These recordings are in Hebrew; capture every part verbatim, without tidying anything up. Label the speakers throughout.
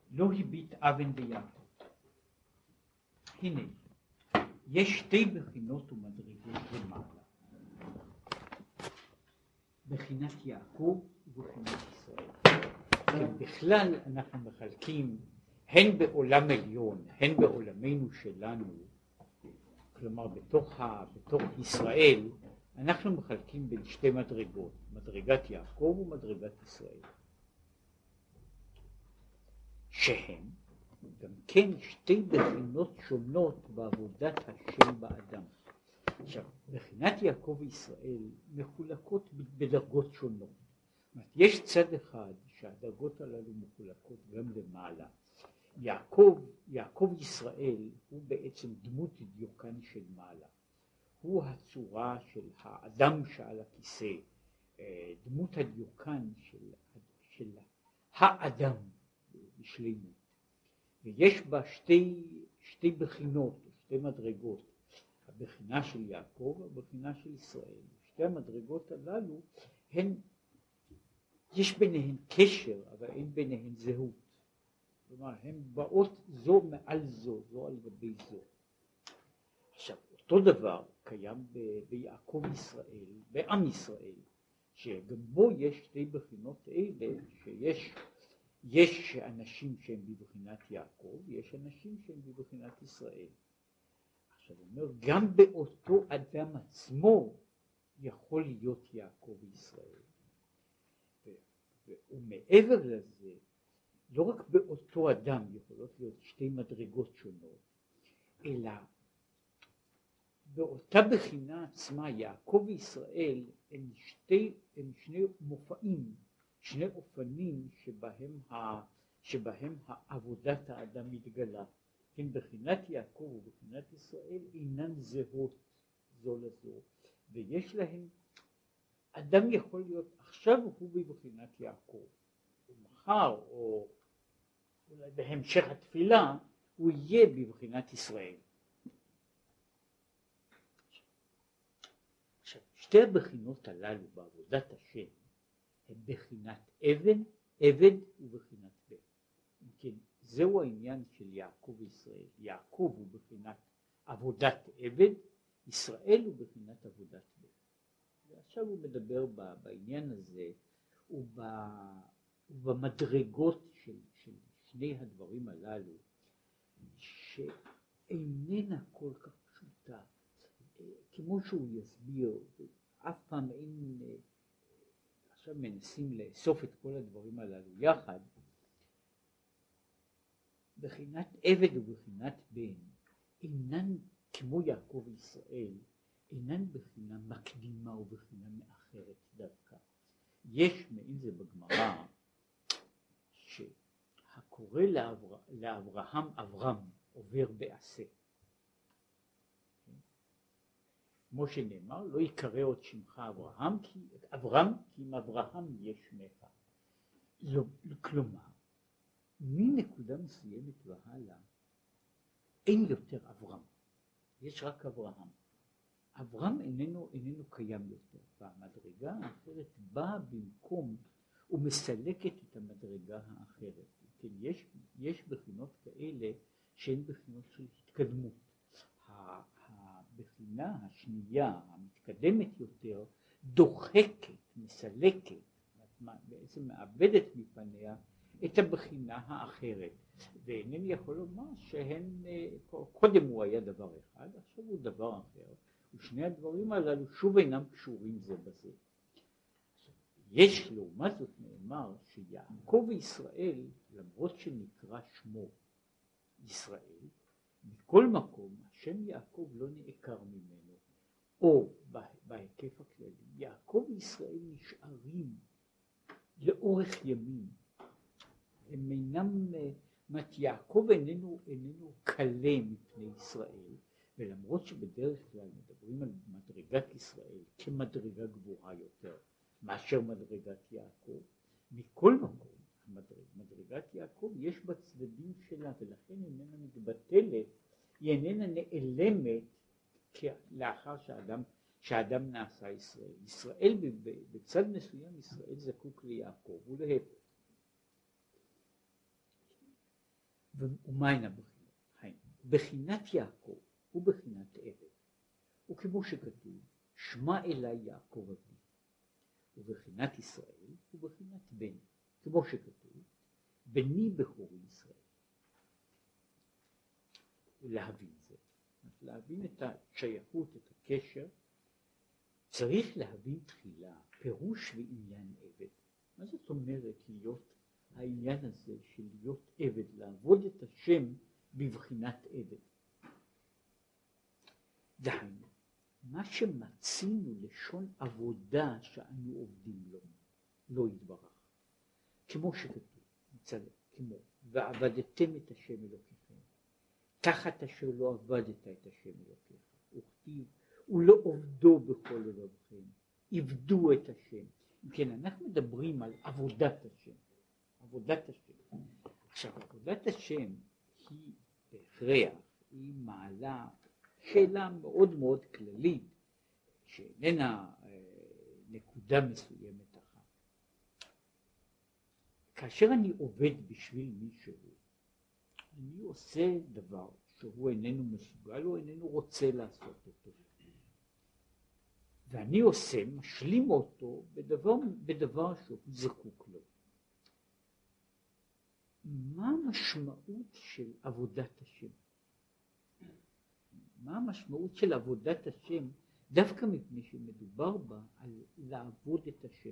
Speaker 1: לא הביט אבן ביעקב. הנה, יש שתי בחינות ומדרגות למעלה. בחינת יעקב ובחינת ישראל. כן, בכלל אנחנו מחלקים הן בעולם עליון, הן בעולמנו שלנו, כלומר בתוך, ה, בתוך ישראל, אנחנו מחלקים בין שתי מדרגות, מדרגת יעקב ומדרגת ישראל. שהן גם כן שתי בחינות שונות בעבודת השם באדם. עכשיו, בחינת יעקב וישראל מחולקות בדרגות שונות. זאת אומרת, יש צד אחד שהדרגות הללו מחולקות גם למעלה. יעקב, יעקב ישראל הוא בעצם דמות דיוקן של מעלה. הוא הצורה של האדם שעל הכיסא, דמות הדיוקן של, של האדם בשלמות. ויש בה שתי, שתי בחינות, שתי מדרגות, הבחינה של יעקב והבחינה של ישראל. שתי המדרגות הללו, הן, יש ביניהן קשר, אבל אין ביניהן זהות. כלומר, הן באות זו מעל זו, זו על גבי זו. עכשיו, אותו דבר קיים ב- ביעקב ישראל, בעם ישראל, שגם בו יש שתי בחינות אלה, שיש יש אנשים שהם בבחינת יעקב, יש אנשים שהם בבחינת ישראל. עכשיו, הוא אומר, גם באותו אדם עצמו יכול להיות יעקב וישראל. ו- ומעבר לזה, לא רק באותו אדם יכולות להיות שתי מדרגות שונות, אלא באותה בחינה עצמה, יעקב וישראל הם, שתי, הם שני מופעים, שני אופנים שבהם, ה, שבהם עבודת האדם מתגלה. כן, בחינת יעקב ובחינת ישראל אינן זהות זו לזו, ויש להם, אדם יכול להיות, עכשיו הוא בבחינת יעקב, ומחר או אולי בהמשך התפילה הוא יהיה בבחינת ישראל. עכשיו, שתי הבחינות הללו בעבודת השם הן בחינת אבן, עבד ובחינת בן. כן, זהו העניין של יעקב וישראל. יעקב הוא בחינת עבודת עבד, ישראל הוא בחינת עבודת בן. ועכשיו הוא מדבר בעניין הזה ובמדרגות של, של שני הדברים הללו, שאיננה כל כך פשוטה, כמו שהוא יסביר, אף פעם אין, עכשיו מנסים לאסוף את כל הדברים הללו יחד. בחינת עבד ובחינת בן אינן כמו יעקב וישראל, אינן בחינה מקדימה ובחינה מאחרת דווקא. יש מעין זה בגמרא שהקורא לאבר... לאברהם אברהם עובר בעשה. כמו שנאמר, לא יקרא עוד שמך אברהם, כי אברהם, כי עם אברהם יש שמך. לא, כלומר, מנקודה מסוימת והלאה, אין יותר אברהם, יש רק אברהם. אברהם איננו, איננו קיים יותר, והמדרגה האחרת באה במקום ומסלקת את המדרגה האחרת. כן, יש, יש בחינות כאלה שהן בחינות של התקדמות. הבחינה השנייה, המתקדמת יותר, דוחקת, מסלקת, בעצם מאבדת מפניה את הבחינה האחרת. ואינני יכול לומר שהן, קודם הוא היה דבר אחד, עכשיו הוא דבר אחר, ושני הדברים הללו שוב אינם קשורים זה בזה. יש לעומת זאת נאמר שיעקב וישראל, למרות שנקרא שמו ישראל, בכל מקום השם יעקב לא נעקר ממנו, או בהיקף הכללי, יעקב וישראל נשארים לאורך ימים. הם אינם, מת יעקב איננו, איננו קלה מפני ישראל, ולמרות שבדרך כלל מדברים על מדרגת ישראל כמדרגה גבוהה יותר מאשר מדרגת יעקב, מכל מקום המדרג, מדרגת יעקב יש בה צדדים שלה, ולכן איננה מתבטלת, היא איננה נעלמת לאחר שהאדם, שהאדם נעשה ישראל. ישראל בצד מסוים, ישראל זקוק ליעקב ולהפך. ומהן הבחינות? בחינת יעקב הוא בחינת עבד, וכמו שכתוב שמע אלי יעקב אבי, ובחינת ישראל הוא בחינת בן, כמו שכתוב בני בכור ישראל. להבין זה, להבין את השייכות, את הקשר, צריך להבין תחילה פירוש ועניין עבד. מה זאת אומרת להיות העניין הזה של להיות עבד, לעבוד את השם בבחינת עבד? דהיינו, מה שמצינו לשון עבודה שאנו עובדים לו, לא יתברך. כמו שכתוב, מצד, כמו, ועבדתם את השם אלוקיכם, תחת אשר לא עבדת את השם אלוקיך, וכתיב, ולא עובדו בכל לבבכם, עבדו את השם. כן, אנחנו מדברים על עבודת השם, עבודת השם. עכשיו, עבודת השם היא בהכרח, היא מעלה שאלה מאוד מאוד כללית, שאיננה אה, נקודה מסוימת אחת. כאשר אני עובד בשביל מישהו, אני עושה דבר שהוא איננו מסוגל או איננו רוצה לעשות אותו. ואני עושה, משלים אותו בדבר, בדבר שהוא זקוק לו. מה המשמעות של עבודת השם? מה המשמעות של עבודת השם, דווקא מפני שמדובר בה על לעבוד את השם?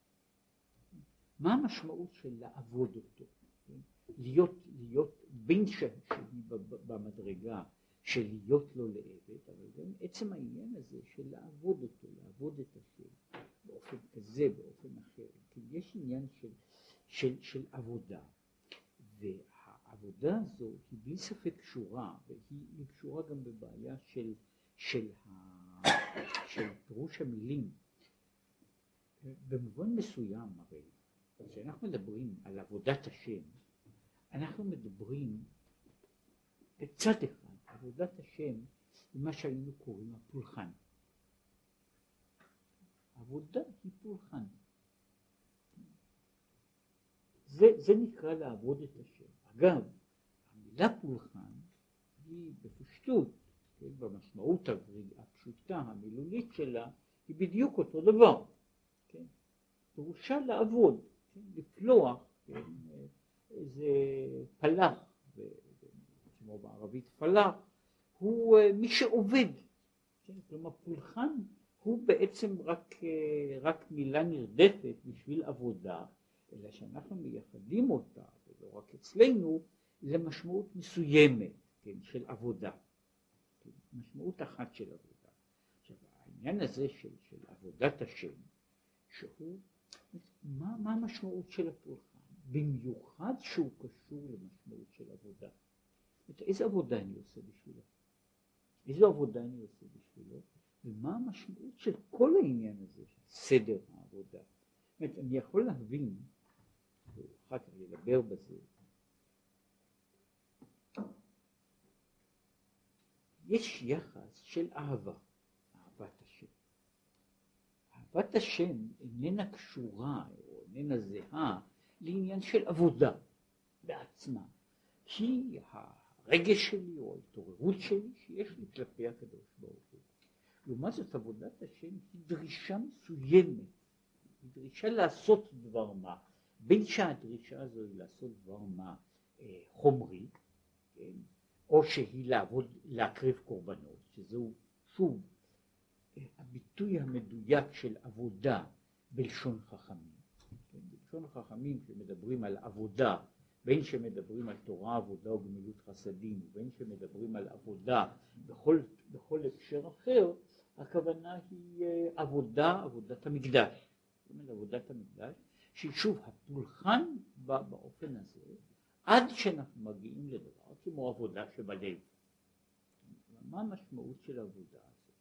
Speaker 1: מה המשמעות של לעבוד אותו? להיות, להיות בין שהיא במדרגה של להיות לו לעבד, אבל גם עצם העניין הזה של לעבוד אותו, לעבוד את השם, באופן כזה, באופן אחר. כי יש עניין של, של, של עבודה, והעבודה הזו היא בלי ספק קשורה, והיא קשורה גם בבעיה של, של, ה, של פירוש המילים. במובן מסוים, הרי, כשאנחנו מדברים על עבודת השם, אנחנו מדברים בצד אחד, עבודת השם היא מה שהיינו קוראים הפולחן. עבודה היא פולחן. זה, זה נקרא לעבוד את השם. אגב, המילה פולחן היא בפשטות, כן, במשמעות הפשוטה, המילולית שלה, היא בדיוק אותו דבר. כן? פירושה לעבוד, כן? לפלוח, כן? איזה פלח, כמו בערבית פלח, הוא מי שעובד. כן? כלומר פולחן הוא בעצם רק, רק מילה נרדפת בשביל עבודה, אלא שאנחנו מייחדים אותה, ולא רק אצלנו, למשמעות מסוימת, כן? של עבודה. כן? משמעות אחת של עבודה. עכשיו, העניין הזה של, של עבודת השם, שהוא, מה, מה המשמעות של הפולחן? במיוחד שהוא קשור למשמעות של עבודה. איזה עבודה אני עושה בשבילו? איזו עבודה אני עושה בשבילו? ומה המשמעות של כל העניין הזה, של סדר העבודה? זאת אומרת, אני יכול להבין, ואחר כך לדבר בזה, יש יחס של אהבה, אהבת השם. אהבת השם איננה קשורה או איננה זהה לעניין של עבודה בעצמה. היא הרגש שלי או ההתעוררות שלי שיש לי כלפי הקדוש ברוך הוא. לעומת זאת עבודת השם היא דרישה מסוימת, היא דרישה לעשות דבר מה, בין שהדרישה הזו היא לעשות דבר מה אה, חומרי, כן? או שהיא לעבוד, להקריב קורבנות, שזהו שוב אה, הביטוי המדויק של עבודה בלשון חכמים. כן? בלשון חכמים שמדברים על עבודה, בין שמדברים על תורה, עבודה וגמילות חסדים, ובין שמדברים על עבודה בכל, בכל הקשר אחר, הכוונה היא עבודה, עבודת המקדש. זאת אומרת, עבודת המקדש, שהיא שוב הפולחן באופן הזה, עד שאנחנו מגיעים לדבר כמו עבודה שבלב. מה המשמעות של העבודה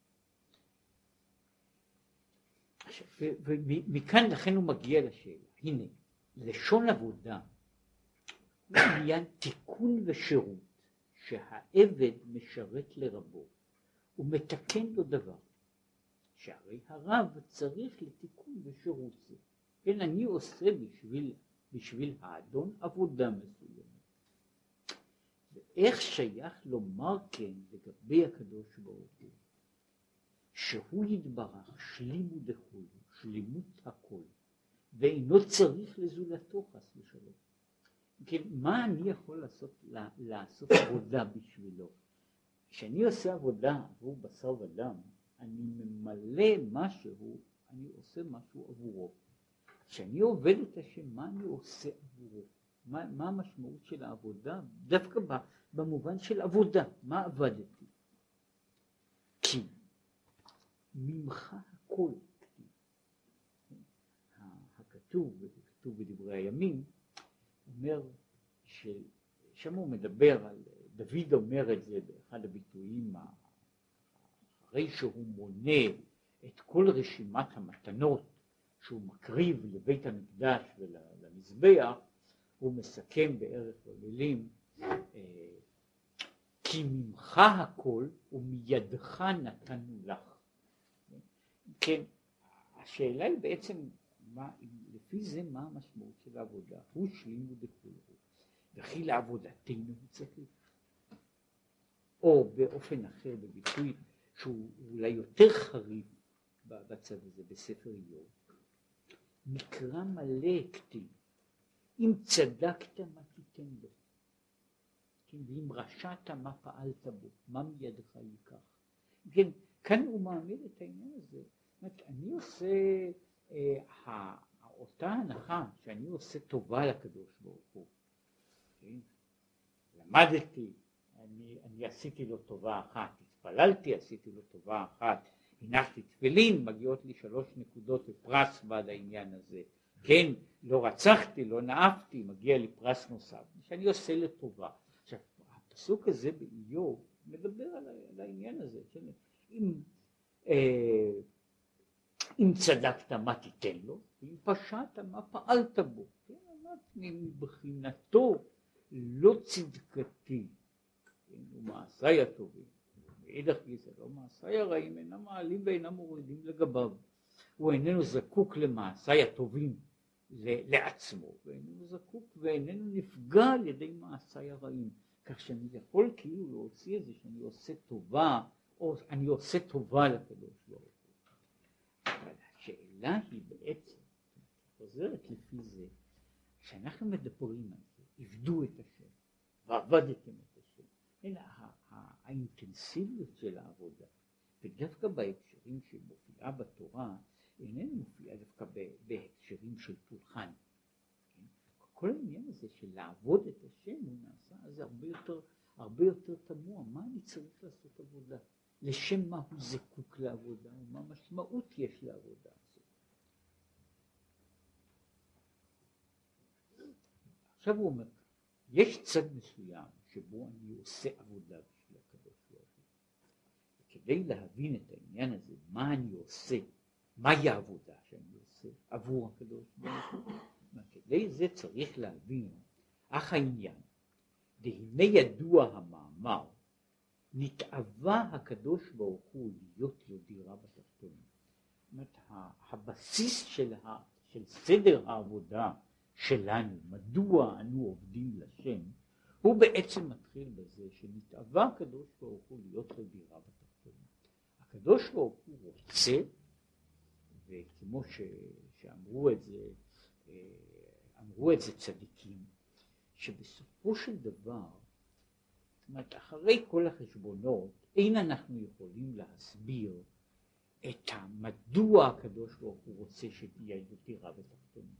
Speaker 1: הזאת? ומכאן לכן הוא מגיע לשאלה. הנה, לשון עבודה, הוא עניין תיקון ושירות שהעבד משרת לרבו ומתקן לו דבר, שהרי הרב צריך לתיקון ושירות זה. כן, אני עושה בשביל, בשביל האדון עבודה מסוימת. איך שייך לומר כן לגבי הקדוש ברוך הוא, שהוא יתברך שלימו דכול, שלימות הכל, ואינו צריך לזולתו חס ושלום. כן, מה אני יכול לעשות, לעשות עבודה בשבילו? כשאני עושה עבודה עבור בשר ודם, אני ממלא משהו, אני עושה משהו עבורו. כשאני עובד את השם, מה אני עושה עבורו? מה, מה המשמעות של העבודה? דווקא במובן של עבודה, מה עבדתי? כי ממך הכל, הכתוב, כתוב בדברי הימים, אומר ששם הוא מדבר על, דוד אומר את זה באחד הביטויים, אחרי שהוא מונה את כל רשימת המתנות שהוא מקריב לבית המקדש ולמזבח, הוא מסכם בערך במילים, כי ממך הכל ומידך נתנו לך. כן, השאלה היא בעצם, מה, לפי זה מה המשמעות של העבודה? הוא שלימו דכול, וכי לעבודתנו הוא צריך, או באופן אחר, בביטוי שהוא אולי יותר חריף בצד הזה, בספר איוב, מקרא מלא כתיב, אם צדקת מה תיתן לו, כן, ואם רשעת מה פעלת בו, מה מידך ייקח. כן, כאן הוא מעמיד את העניין הזה. אומרת, אני עושה אה, אותה הנחה שאני עושה טובה לקדוש ברוך הוא. כן? למדתי, אני, אני עשיתי לו טובה אחת, התפללתי, עשיתי לו טובה אחת, הנחתי תפילין, מגיעות לי שלוש נקודות לפרס בעד העניין הזה. כן, לא רצחתי, לא נאפתי, מגיע לי פרס נוסף, שאני עושה לטובה. עכשיו, הפסוק הזה באיוב מדבר על, על העניין הזה. כן? אם, אה, אם צדקת מה תיתן לו, ואם פשעת מה פעלת בו. כן? מבחינתו לא צדקתי, כן? ומעשיי הטובים. מאידך גיסא, לא מעשיי הרעים אינם מעלים ואינם מורידים לגביו. הוא איננו זקוק למעשיי הטובים לעצמו, ואיננו זקוק ואיננו נפגע על ידי מעשיי הרעים. כך שאני יכול כאילו להוציא את זה שאני עושה טובה, או אני עושה טובה לקדוש ברוך הוא. אבל השאלה היא בעצם, חוזרת לפי זה, שאנחנו מדברים על זה, עבדו את השם, ועבדתם את השם. אלא האינטנסיביות של העבודה, ודווקא בהקשרים שמופיעה בתורה, איננו מופיעה דווקא בהקשרים של פולחן. כל העניין הזה של לעבוד את השם הוא נעשה, אז הרבה יותר, הרבה יותר תמוה. מה אני צריך לעשות עבודה? לשם מה הוא זקוק לעבודה? ומה משמעות יש לעבודה הזאת? עכשיו הוא אומר, יש צד מסוים שבו אני עושה עבודה בשביל הקדוש ברוך הוא. וכדי להבין את העניין הזה, מה אני עושה, מהי העבודה שאני עושה עבור הקדוש ברוך הוא, כדי זה צריך להבין אך העניין, והנה ידוע המאמר, נתאווה הקדוש ברוך הוא להיות לו דירה בתחתונים. זאת אומרת, הבסיס של, ה, של סדר העבודה שלנו, מדוע אנו עובדים לשם, הוא בעצם מתחיל בזה שנתאווה הקדוש ברוך הוא להיות לו דירה בתחתונים. הקדוש ברוך הוא רוצה, וכמו ש, שאמרו את זה, אמרו את זה צדיקים, שבסופו של דבר, זאת אומרת, אחרי כל החשבונות, אין אנחנו יכולים להסביר את מדוע הקדוש ברוך הוא רוצה שתהיה דירה בתחתונים.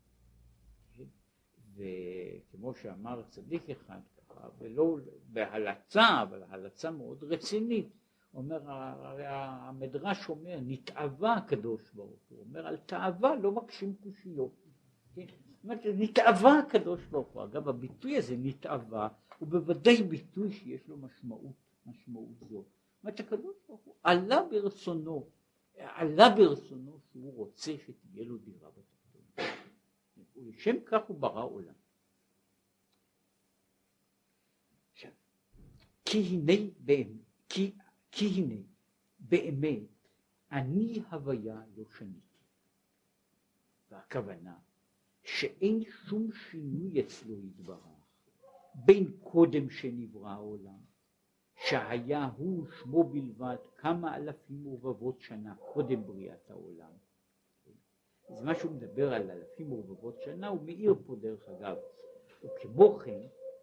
Speaker 1: וכמו שאמר צדיק אחד ככה, ולא בהלצה, אבל ההלצה מאוד רצינית, אומר, המדרש אומר, נתאווה הקדוש ברוך הוא, אומר, על תאווה לא מקשים קושיות. כן? זאת אומרת, נתאווה הקדוש ברוך הוא. אגב, הביטוי הזה, נתאווה, הוא בוודאי ביטוי שיש לו משמעות, משמעות זו. זאת אומרת, הקדוש ברוך הוא עלה ברצונו, עלה ברצונו שהוא רוצה שתהיה לו דירה בתחתונים. ולשם כך הוא ברא עולם. עכשיו, כי הנה באמת, כי, כי הנה באמת, אני הוויה לא שניתי. והכוונה, שאין שום שינוי אצלו יתברך, בין קודם שנברא העולם, שהיה הוא שמו בלבד כמה אלפים ורבבות שנה קודם בריאת העולם. אז מה שהוא מדבר על אלפים ורבבות שנה, הוא מאיר פה דרך אגב, וכמו כן,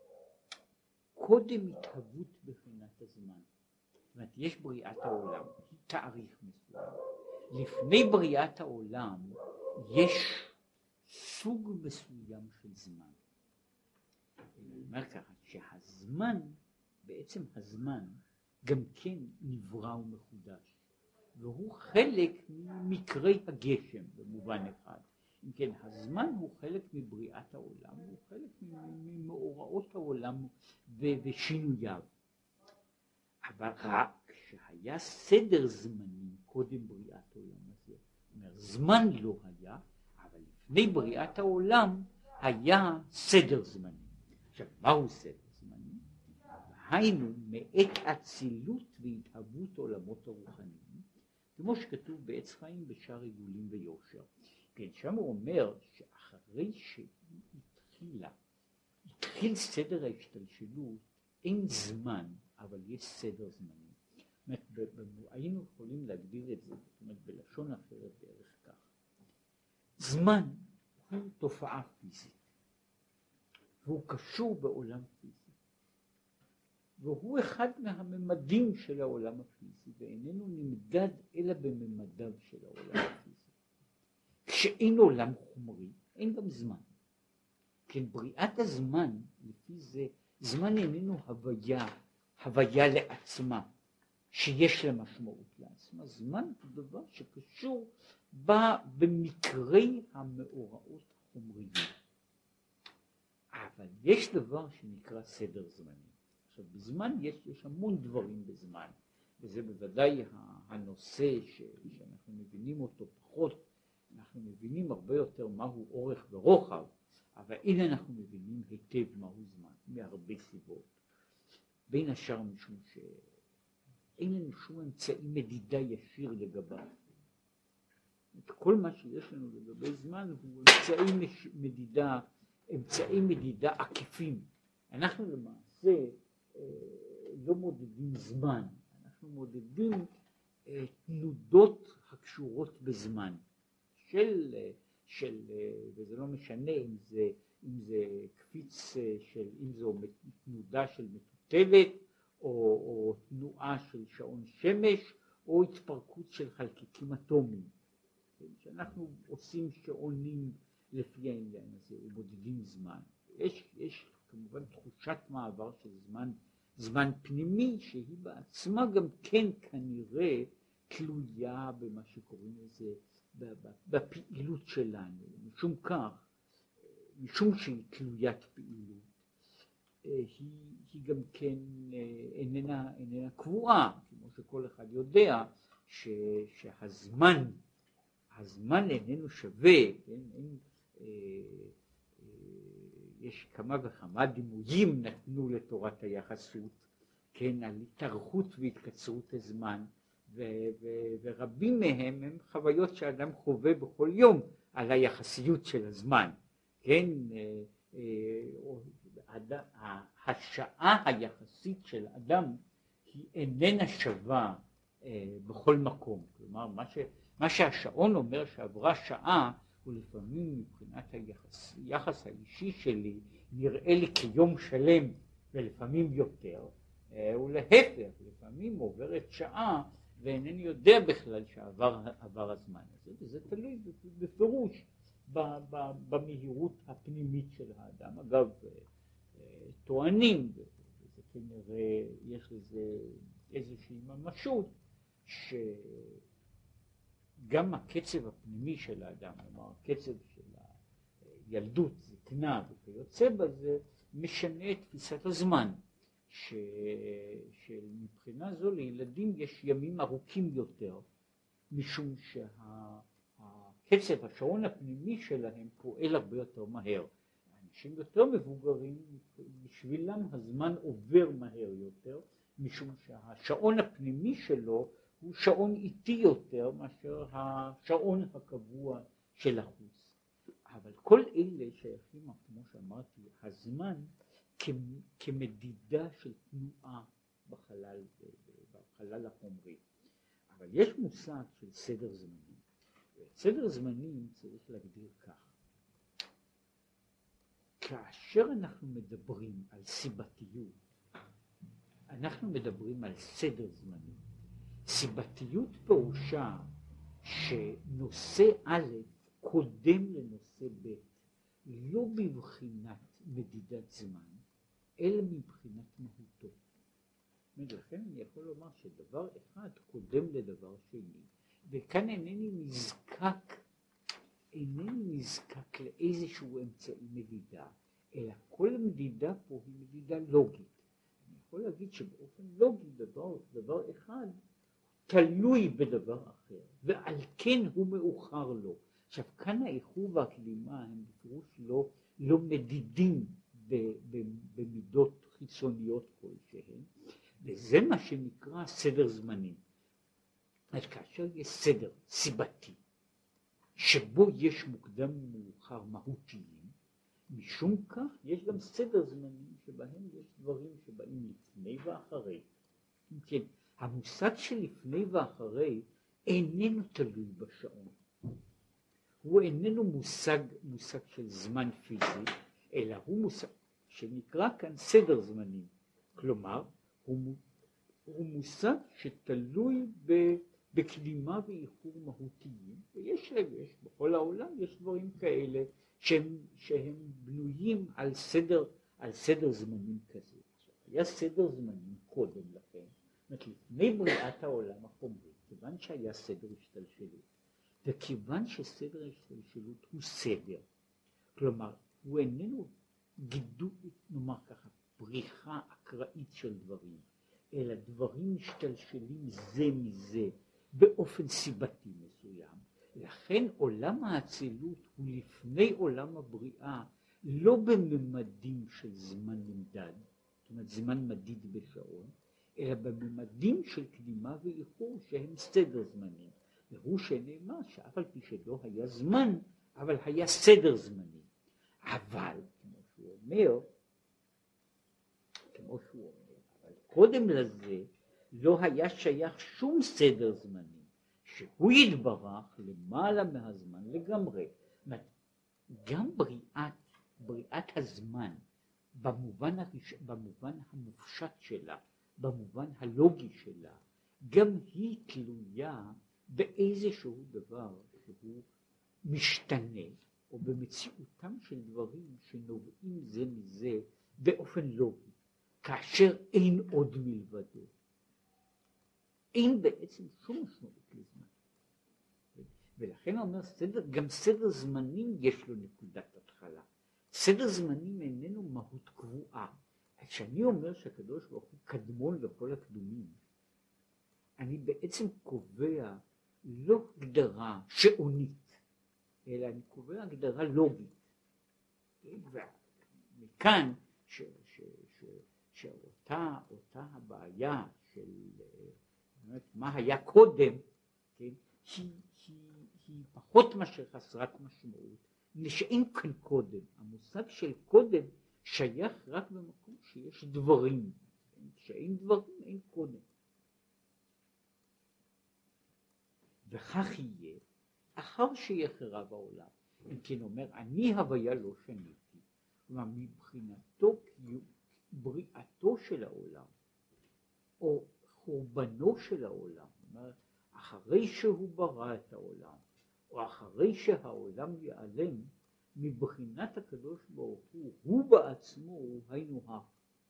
Speaker 1: קודם התהוות בחינת הזמן. זאת אומרת, יש בריאת העולם, היא תאריך מסוים. לפני בריאת העולם, יש סוג מסוים של זמן. אני אומר ככה, שהזמן, בעצם הזמן, גם כן נברא ומחודש. והוא חלק ממקרי הגשם במובן אחד. אם כן, הזמן הוא חלק מבריאת העולם, הוא חלק ממאורעות העולם ושינוייו. אבל רק שהיה סדר זמנים קודם בריאת העולם הזה. זאת אומרת, זמן לא היה, אבל לפני בריאת העולם היה סדר זמנים. עכשיו, מהו סדר זמנים? היינו מאת אצילות והתהוות עולמות הרוחניים, כמו שכתוב בעץ חיים בשער עיגולים ויושר. כן, שם הוא אומר שאחרי שהתחילה, התחיל סדר ההשתלשלות, אין זמן, אבל יש סדר זמנים. זאת אומרת, היינו יכולים להגדיר את זה, זאת אומרת, בלשון אחרת בערך כך. זמן הוא תופעה פיזית, והוא קשור בעולם פיזי. והוא אחד מהממדים של העולם הפיזי, ואיננו נמדד אלא בממדיו של העולם הפיזי. כשאין עולם חומרי, אין גם זמן. כן, בריאת הזמן, לפי זה, זמן איננו הוויה, הוויה לעצמה, שיש לה משמעות לעצמה. זמן הוא דבר שקשור בה במקרי המאורעות החומריים. אבל יש דבר שנקרא סדר זמנים. עכשיו, בזמן יש, יש המון דברים בזמן, וזה בוודאי הנושא ש, שאנחנו מבינים אותו פחות, אנחנו מבינים הרבה יותר מהו אורך ורוחב, אבל הנה אנחנו מבינים היטב מהו זמן, מהרבה סיבות. בין השאר משום שאין לנו שום אמצעי מדידה ישיר לגביו. את כל מה שיש לנו לגבי זמן הוא אמצעי מדידה, אמצעי מדידה עקיפים. אנחנו למעשה לא מודדים זמן, אנחנו מודדים תנודות הקשורות בזמן של, של, וזה לא משנה אם זה, אם זה קפיץ של, אם זו תנודה של מטוטלת או, או תנועה של שעון שמש או התפרקות של חלקיקים אטומיים. שאנחנו עושים שעונים לפי העניין הזה ומודדים זמן. יש, יש כמובן תחושת מעבר של זמן, זמן פנימי שהיא בעצמה גם כן כנראה תלויה במה שקוראים לזה, בפעילות שלנו. משום כך, משום שהיא תלוית פעילות, היא, היא גם כן איננה, איננה קבועה, כמו שכל אחד יודע ש, שהזמן, הזמן איננו שווה, כן? אין, אה, אה, יש כמה וכמה דימויים נתנו לתורת היחסות, כן, על התארכות והתקצרות הזמן, ו- ו- ורבים מהם הם חוויות שאדם חווה בכל יום על היחסיות של הזמן, כן, אה, אה, השעה היחסית של אדם היא איננה שווה אה, בכל מקום. כלומר, מה, ש- מה שהשעון אומר שעברה שעה, הוא לפעמים מבחינת היחס, היחס האישי שלי נראה לי כיום שלם ולפעמים יותר, ולהפך, לפעמים עוברת שעה ואינני יודע בכלל שעבר עבר הזמן הזה, וזה תלוי בפירוש במהירות הפנימית של האדם. אגב, טוענים, וזה כנראה יש לזה איזושהי ממשות, ש... גם הקצב הפנימי של האדם, כלומר הקצב של הילדות, זקנה וכיוצא בזה, משנה את תפיסת הזמן, ש... שמבחינה זו לילדים יש ימים ארוכים יותר, משום שהקצב, השעון הפנימי שלהם פועל הרבה יותר מהר. אנשים יותר מבוגרים, בשבילם הזמן עובר מהר יותר, משום שהשעון הפנימי שלו הוא שעון איטי יותר מאשר השעון הקבוע של החוץ. אבל כל אלה שייכים, כמו שאמרתי, הזמן כמדידה של תנועה בחלל, בחלל החומרי. אבל יש מושג של סדר זמנים. סדר זמנים צריך להגדיר כך. כאשר אנחנו מדברים על סיבתיות, אנחנו מדברים על סדר זמנים. סיבתיות פירושה שנושא א' קודם לנושא ב', לא בבחינת מדידת זמן, אלא מבחינת מהותו. לכן אני יכול לומר שדבר אחד קודם לדבר שני, וכאן אינני נזקק, אינני נזקק לאיזשהו אמצעי מדידה, אלא כל מדידה פה היא מדידה לוגית. אני יכול להגיד שבאופן לוגי דבר, דבר אחד תלוי בדבר אחר, ועל כן הוא מאוחר לו. עכשיו כאן האיחור והקדימה הם בפירוש לא, לא מדידים ב, ב, במידות חיצוניות כלשהן, וזה מה שנקרא סדר זמנים. אז כאשר יש סדר סיבתי, שבו יש מוקדם ומאוחר מהותיים, משום כך יש גם סדר זמנים שבהם יש דברים שבאים לפני ואחרי. כן, המושג של לפני ואחרי איננו תלוי בשעון. הוא איננו מושג, מושג של זמן פיזי, אלא הוא מושג שנקרא כאן סדר זמנים. כלומר, הוא, הוא מושג שתלוי ב, בקדימה ואיחור מהותיים, ויש יש, בכל העולם יש דברים כאלה שהם, שהם בנויים על סדר, על סדר זמנים כזה. היה סדר זמנים קודם לכן, לפני בריאת העולם החומרי, כיוון שהיה סדר השתלשלות, וכיוון שסדר ההשתלשלות הוא סדר, כלומר הוא איננו גידול, נאמר ככה, פריחה אקראית של דברים, אלא דברים משתלשלים זה מזה באופן סיבתי מסוים. לכן עולם האצילות הוא לפני עולם הבריאה, לא בממדים של זמן נמדד, זאת אומרת זמן מדיד בשעון, אלא בממדים של קדימה ואיחור שהם סדר זמנים. והוא שנאמר שאף על פי שלא היה זמן, אבל היה סדר זמני. אבל, כמו שהוא אומר, כמו שהוא אומר, אבל קודם לזה לא היה שייך שום סדר זמני, שהוא יתברך למעלה מהזמן לגמרי. גם בריאת, בריאת הזמן, במובן, הראש, במובן המופשט שלה, במובן הלוגי שלה, גם היא תלויה באיזשהו דבר שהוא משתנה, או במציאותם של דברים שנובעים זה מזה באופן לוגי, כאשר אין עוד מלבדו. אין בעצם שום משמעות לזמן. ולכן הוא אומר, סדר, גם סדר זמנים יש לו נקודת התחלה. סדר זמנים איננו מהות קבועה. כשאני אומר שהקדוש ברוך הוא קדמון לכל הקדומים, אני בעצם קובע לא הגדרה שעונית, אלא אני קובע הגדרה לוגית. ומכאן ש, ש, ש, שאותה אותה הבעיה של מה היה קודם, כן, היא, היא, היא פחות מאשר חסרת משמעות, שאין כאן קודם. המושג של קודם שייך רק במקום שיש דברים, שאין דברים אין קודם. וכך יהיה אחר שיחרב העולם. אם כן אומר, אני הוויה לא שניתי, כלומר מבחינתו בריאתו של העולם או חורבנו של העולם, אומר, אחרי שהוא ברא את העולם או אחרי שהעולם ייעלם, מבחינת הקדוש ברוך הוא, הוא בעצמו הוא היינו הך.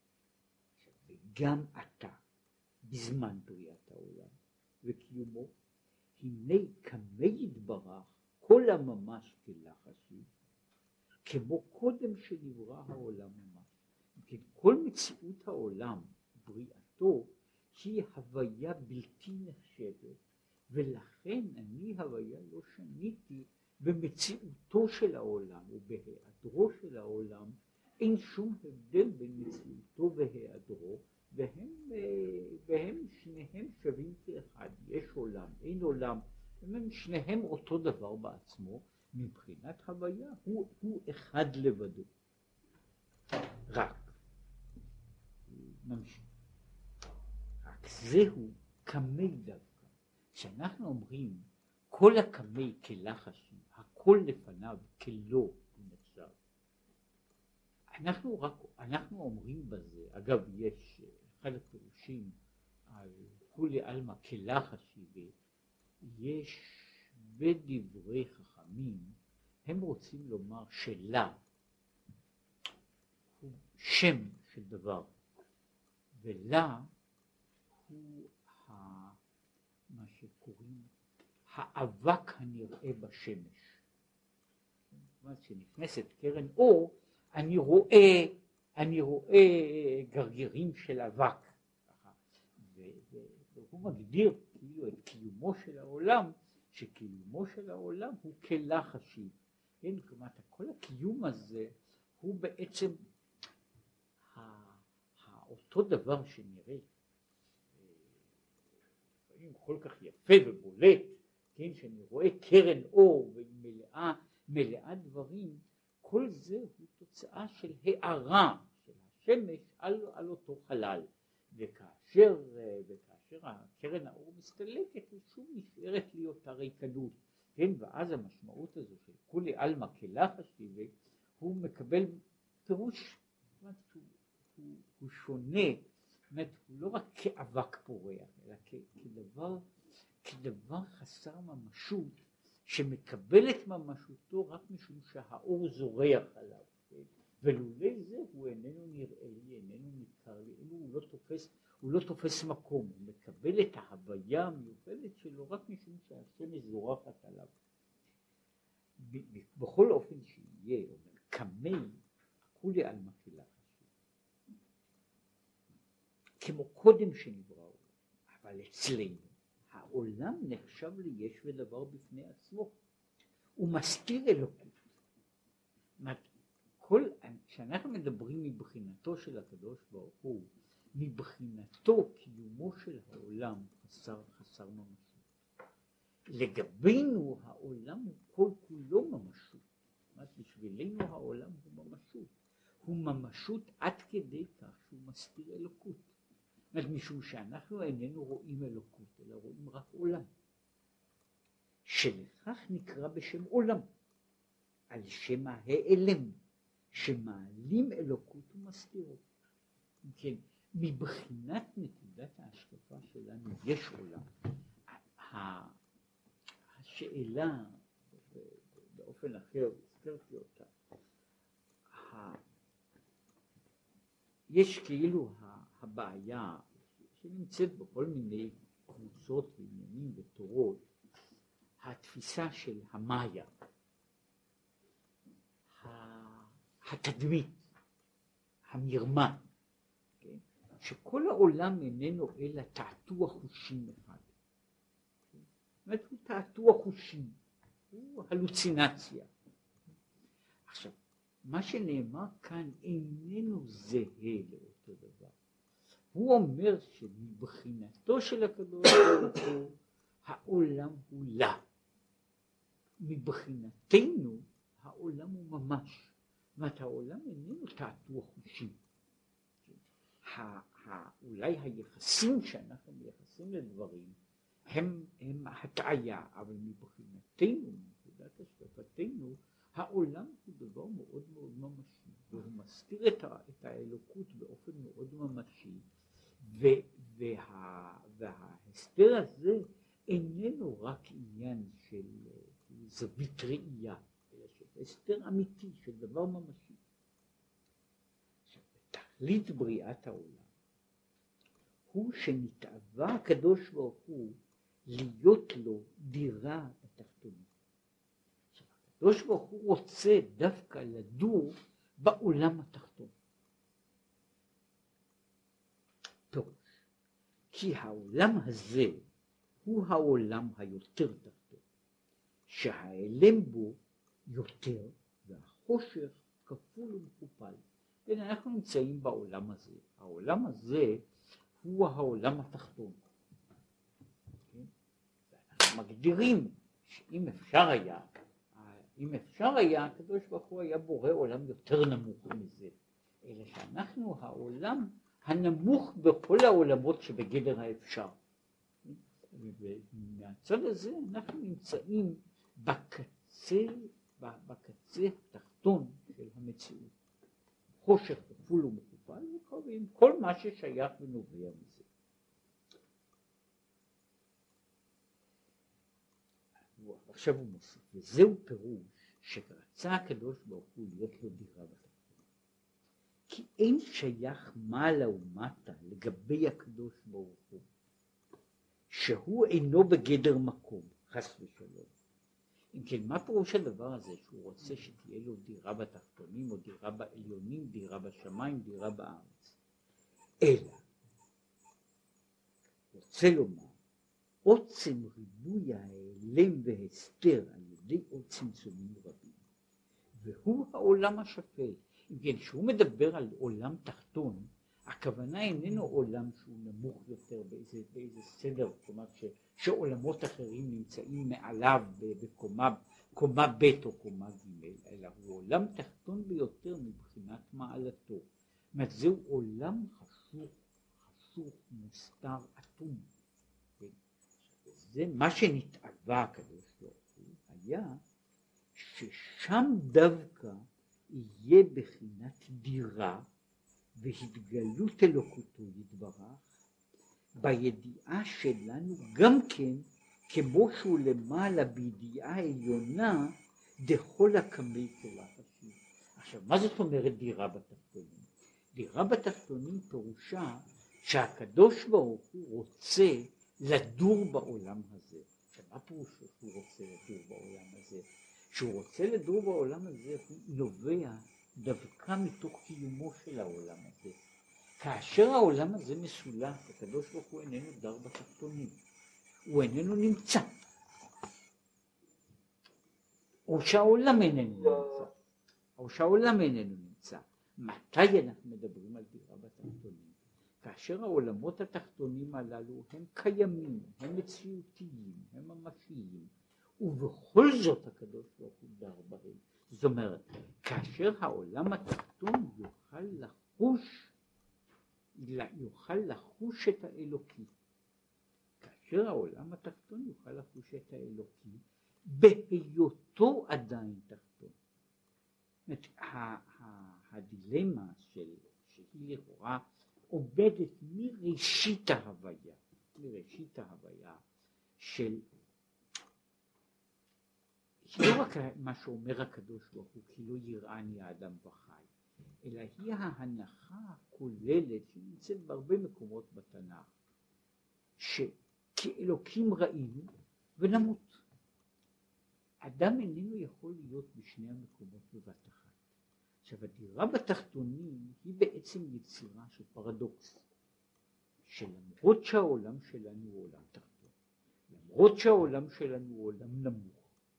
Speaker 1: וגם אתה בזמן בריאת העולם וקיומו, הנה כמה יתברך כל הממש כלחשי, כמו קודם שנברא העולם ממש. כי כל מציאות העולם, בריאתו, היא הוויה בלתי נחשבת, ולכן אני הוויה לא שניתי במציאותו של העולם ובהיעדרו של העולם. אין שום הבדל בין מציאותו והיעדרו, והם, והם שניהם שווים כאחד. יש עולם, אין עולם, הם שניהם אותו דבר בעצמו. מבחינת הוויה הוא, הוא אחד לבדו. רק ממשיך. רק זהו קמי דווקא. כשאנחנו אומרים כל הקמי כלחשי, הכל לפניו כלא הוא נחשב. אנחנו רק, אנחנו אומרים בזה, אגב יש אחד הפירושים על כולי עלמא כלחשי, ויש בדברי חכמים, הם רוצים לומר שלה הוא שם של דבר, ולה הוא ה, מה שקוראים האבק הנראה בשמש. זאת אומרת שנכנסת קרן אור, אני רואה, אני רואה גרגירים של אבק, והוא מגדיר כאילו את קיומו של העולם, שקיומו של העולם הוא כלחשי. כן, כלומר, כל הקיום הזה הוא בעצם אותו דבר שנראה כל כך יפה ובולט, כן, שאני רואה קרן אור ומלאה מלאה דברים, כל זה הוא תוצאה של הערה של השמש על, על אותו חלל, וכאשר, וכאשר הקרן האור מסתלקת היא שוב נשארת לי אותה ריקנות, כן, ואז המשמעות הזו של כולי עלמא כלחשי הוא מקבל פירוש, הוא, הוא, הוא שונה, זאת הוא לא רק כאבק פורח, אלא כ, כדבר, כדבר חסר ממשות, שמקבל את ממשותו רק משום שהאור זורח עליו, כן? ולולי זה הוא איננו נראה לי, איננו ניכר לי, הוא לא תופס, הוא לא תופס מקום, הוא מקבל את ההוויה המיוחדת שלו רק משום שהשמש זורחת עליו. בכל אופן שיהיה, אומר, קמי כולי עלמא כלחשי, כמו קודם שנברא, אבל אצלנו העולם נחשב ליש ודבר בפני עצמו, הוא מסתיר אלוקות. כל, כשאנחנו מדברים מבחינתו של הקדוש ברוך הוא, מבחינתו קיומו של העולם חסר, חסר ממשות. לגבינו העולם הוא כל כולו ממשות. בשבילנו העולם הוא ממשות. הוא ממשות עד כדי כך שהוא מסתיר אלוקות. משום שאנחנו איננו רואים אלוקות, אלא רואים רק עולם. שלכך נקרא בשם עולם, על שם ההיעלם, שמעלים אלוקות ומסתירות. כן, מבחינת נקודת ההשקפה שלנו יש עולם. השאלה, באופן אחר, הזכרתי אותה, יש כאילו הבעיה שנמצאת בכל מיני קבוצות ועניינים ותורות, התפיסה של המאיה, התדמית, המרמה, כן? שכל העולם איננו אלא תעתוע חושים אחד. כן? זאת אומרת, הוא תעתוע חושים, הוא הלוצינציה. עכשיו, מה שנאמר כאן איננו זהה לאותו דבר. הוא אומר שמבחינתו של הקדוש ברוך הוא, העולם הוא לה. מבחינתנו, העולם הוא ממש. זאת אומרת, העולם איננו תעתוע חושים. אולי היחסים שאנחנו מייחסים לדברים, הם, הם הטעיה, אבל מבחינתנו, מבחינת השקפתנו, העולם הוא דבר מאוד מאוד ממשי, והוא מסתיר את, ה, את האלוקות באופן מאוד ממשי, ו, וה, וההסתר הזה איננו רק עניין של זווית ראייה, אלא של הסתר אמיתי, של דבר ממשי. עכשיו, תכלית בריאת העולם הוא שנתאווה הקדוש ברוך הוא להיות לו דירה בתחתונים. הקדוש ברוך הוא רוצה דווקא לדור בעולם התחתון. טוב, כי העולם הזה הוא העולם היותר תחתון, שהאלם בו יותר והחושך כפול ומכופל. כן, אנחנו נמצאים בעולם הזה. העולם הזה הוא העולם התחתון. כן? ואנחנו מגדירים שאם אפשר היה, אם אפשר היה, הקדוש ברוך הוא היה בורא עולם יותר נמוך מזה. אלא שאנחנו, העולם, הנמוך בכל העולמות שבגדר האפשר. ומהצד הזה אנחנו נמצאים בקצה, בקצה התחתון של המציאות. חושך כפול ומכופל, ועם כל מה ששייך ונובע מזה. עכשיו הוא מוסיף, וזהו פירוש שרצה הקדוש ברוך הוא להיות לו דירה בתחתון. כי אין שייך מעלה ומטה לגבי הקדוש ברוך הוא, שהוא אינו בגדר מקום, חס ושלום. אם כן, מה פירוש הדבר הזה שהוא רוצה שתהיה לו דירה בתחתונים או דירה בעליונים, דירה בשמיים, דירה בארץ? אלא, רוצה לומר, עוצם ריבוי ההיעלם והסתר על ידי עוד צמצומים רבים, והוא העולם השפל. אם כן, שהוא מדבר על עולם תחתון, הכוונה איננו עולם שהוא נמוך יותר באיזה, באיזה סדר, כלומר ש, שעולמות אחרים נמצאים מעליו בקומה קומה ב' או קומה ג', אלא הוא עולם תחתון ביותר מבחינת מעלתו. זאת אומרת, זהו עולם חשוך, חשוך, מוסתר, אטום. זה מה שנתאווה הקדוש ברוך הוא, היה ששם דווקא יהיה בחינת דירה והתגלות אלוקותו יתברך, בידיעה שלנו גם כן, כמו שהוא למעלה בידיעה עליונה, דכל הקמי כלה חשיב. עכשיו, מה זאת אומרת דירה בתחתונים? דירה בתחתונים פירושה שהקדוש ברוך הוא רוצה לדור בעולם הזה. עכשיו, מה פירושו שהוא רוצה לדור בעולם הזה? שהוא רוצה לדור בעולם הזה, הוא נובע דווקא מתוך קיומו של העולם הזה. כאשר העולם הזה מסולק, הקדוש ברוך הוא איננו דר בתחתונים, הוא איננו נמצא. או שהעולם איננו נמצא, או שהעולם איננו נמצא. מתי אנחנו מדברים על דירה בתחתונים? כאשר העולמות התחתונים הללו הם קיימים, הם מציאותיים, הם ממשיים, ובכל זאת הקדוש ברוך הוא דר בהם. זאת אומרת, כאשר העולם התחתון יוכל לחוש, יוכל לחוש את האלוקי. כאשר העולם התחתון יוכל לחוש את האלוקי, בהיותו עדיין תחתון. זאת אומרת, הדילמה של, שהיא לכאורה עובדת מראשית ההוויה, מראשית ההוויה של, היא לא רק מה שאומר הקדוש ברוך הוא, כי לא יראני האדם וחי, אלא היא ההנחה הכוללת שנמצאת בהרבה מקומות בתנ"ך, שכאלוקים ראינו ונמות. אדם איננו יכול להיות בשני המקומות בבת אחת. עכשיו, הדירה בתחתונים היא בעצם יצירה של פרדוקס, שלמרות שהעולם שלנו הוא עולם תחתון, למרות שהעולם שלנו הוא עולם נמוך,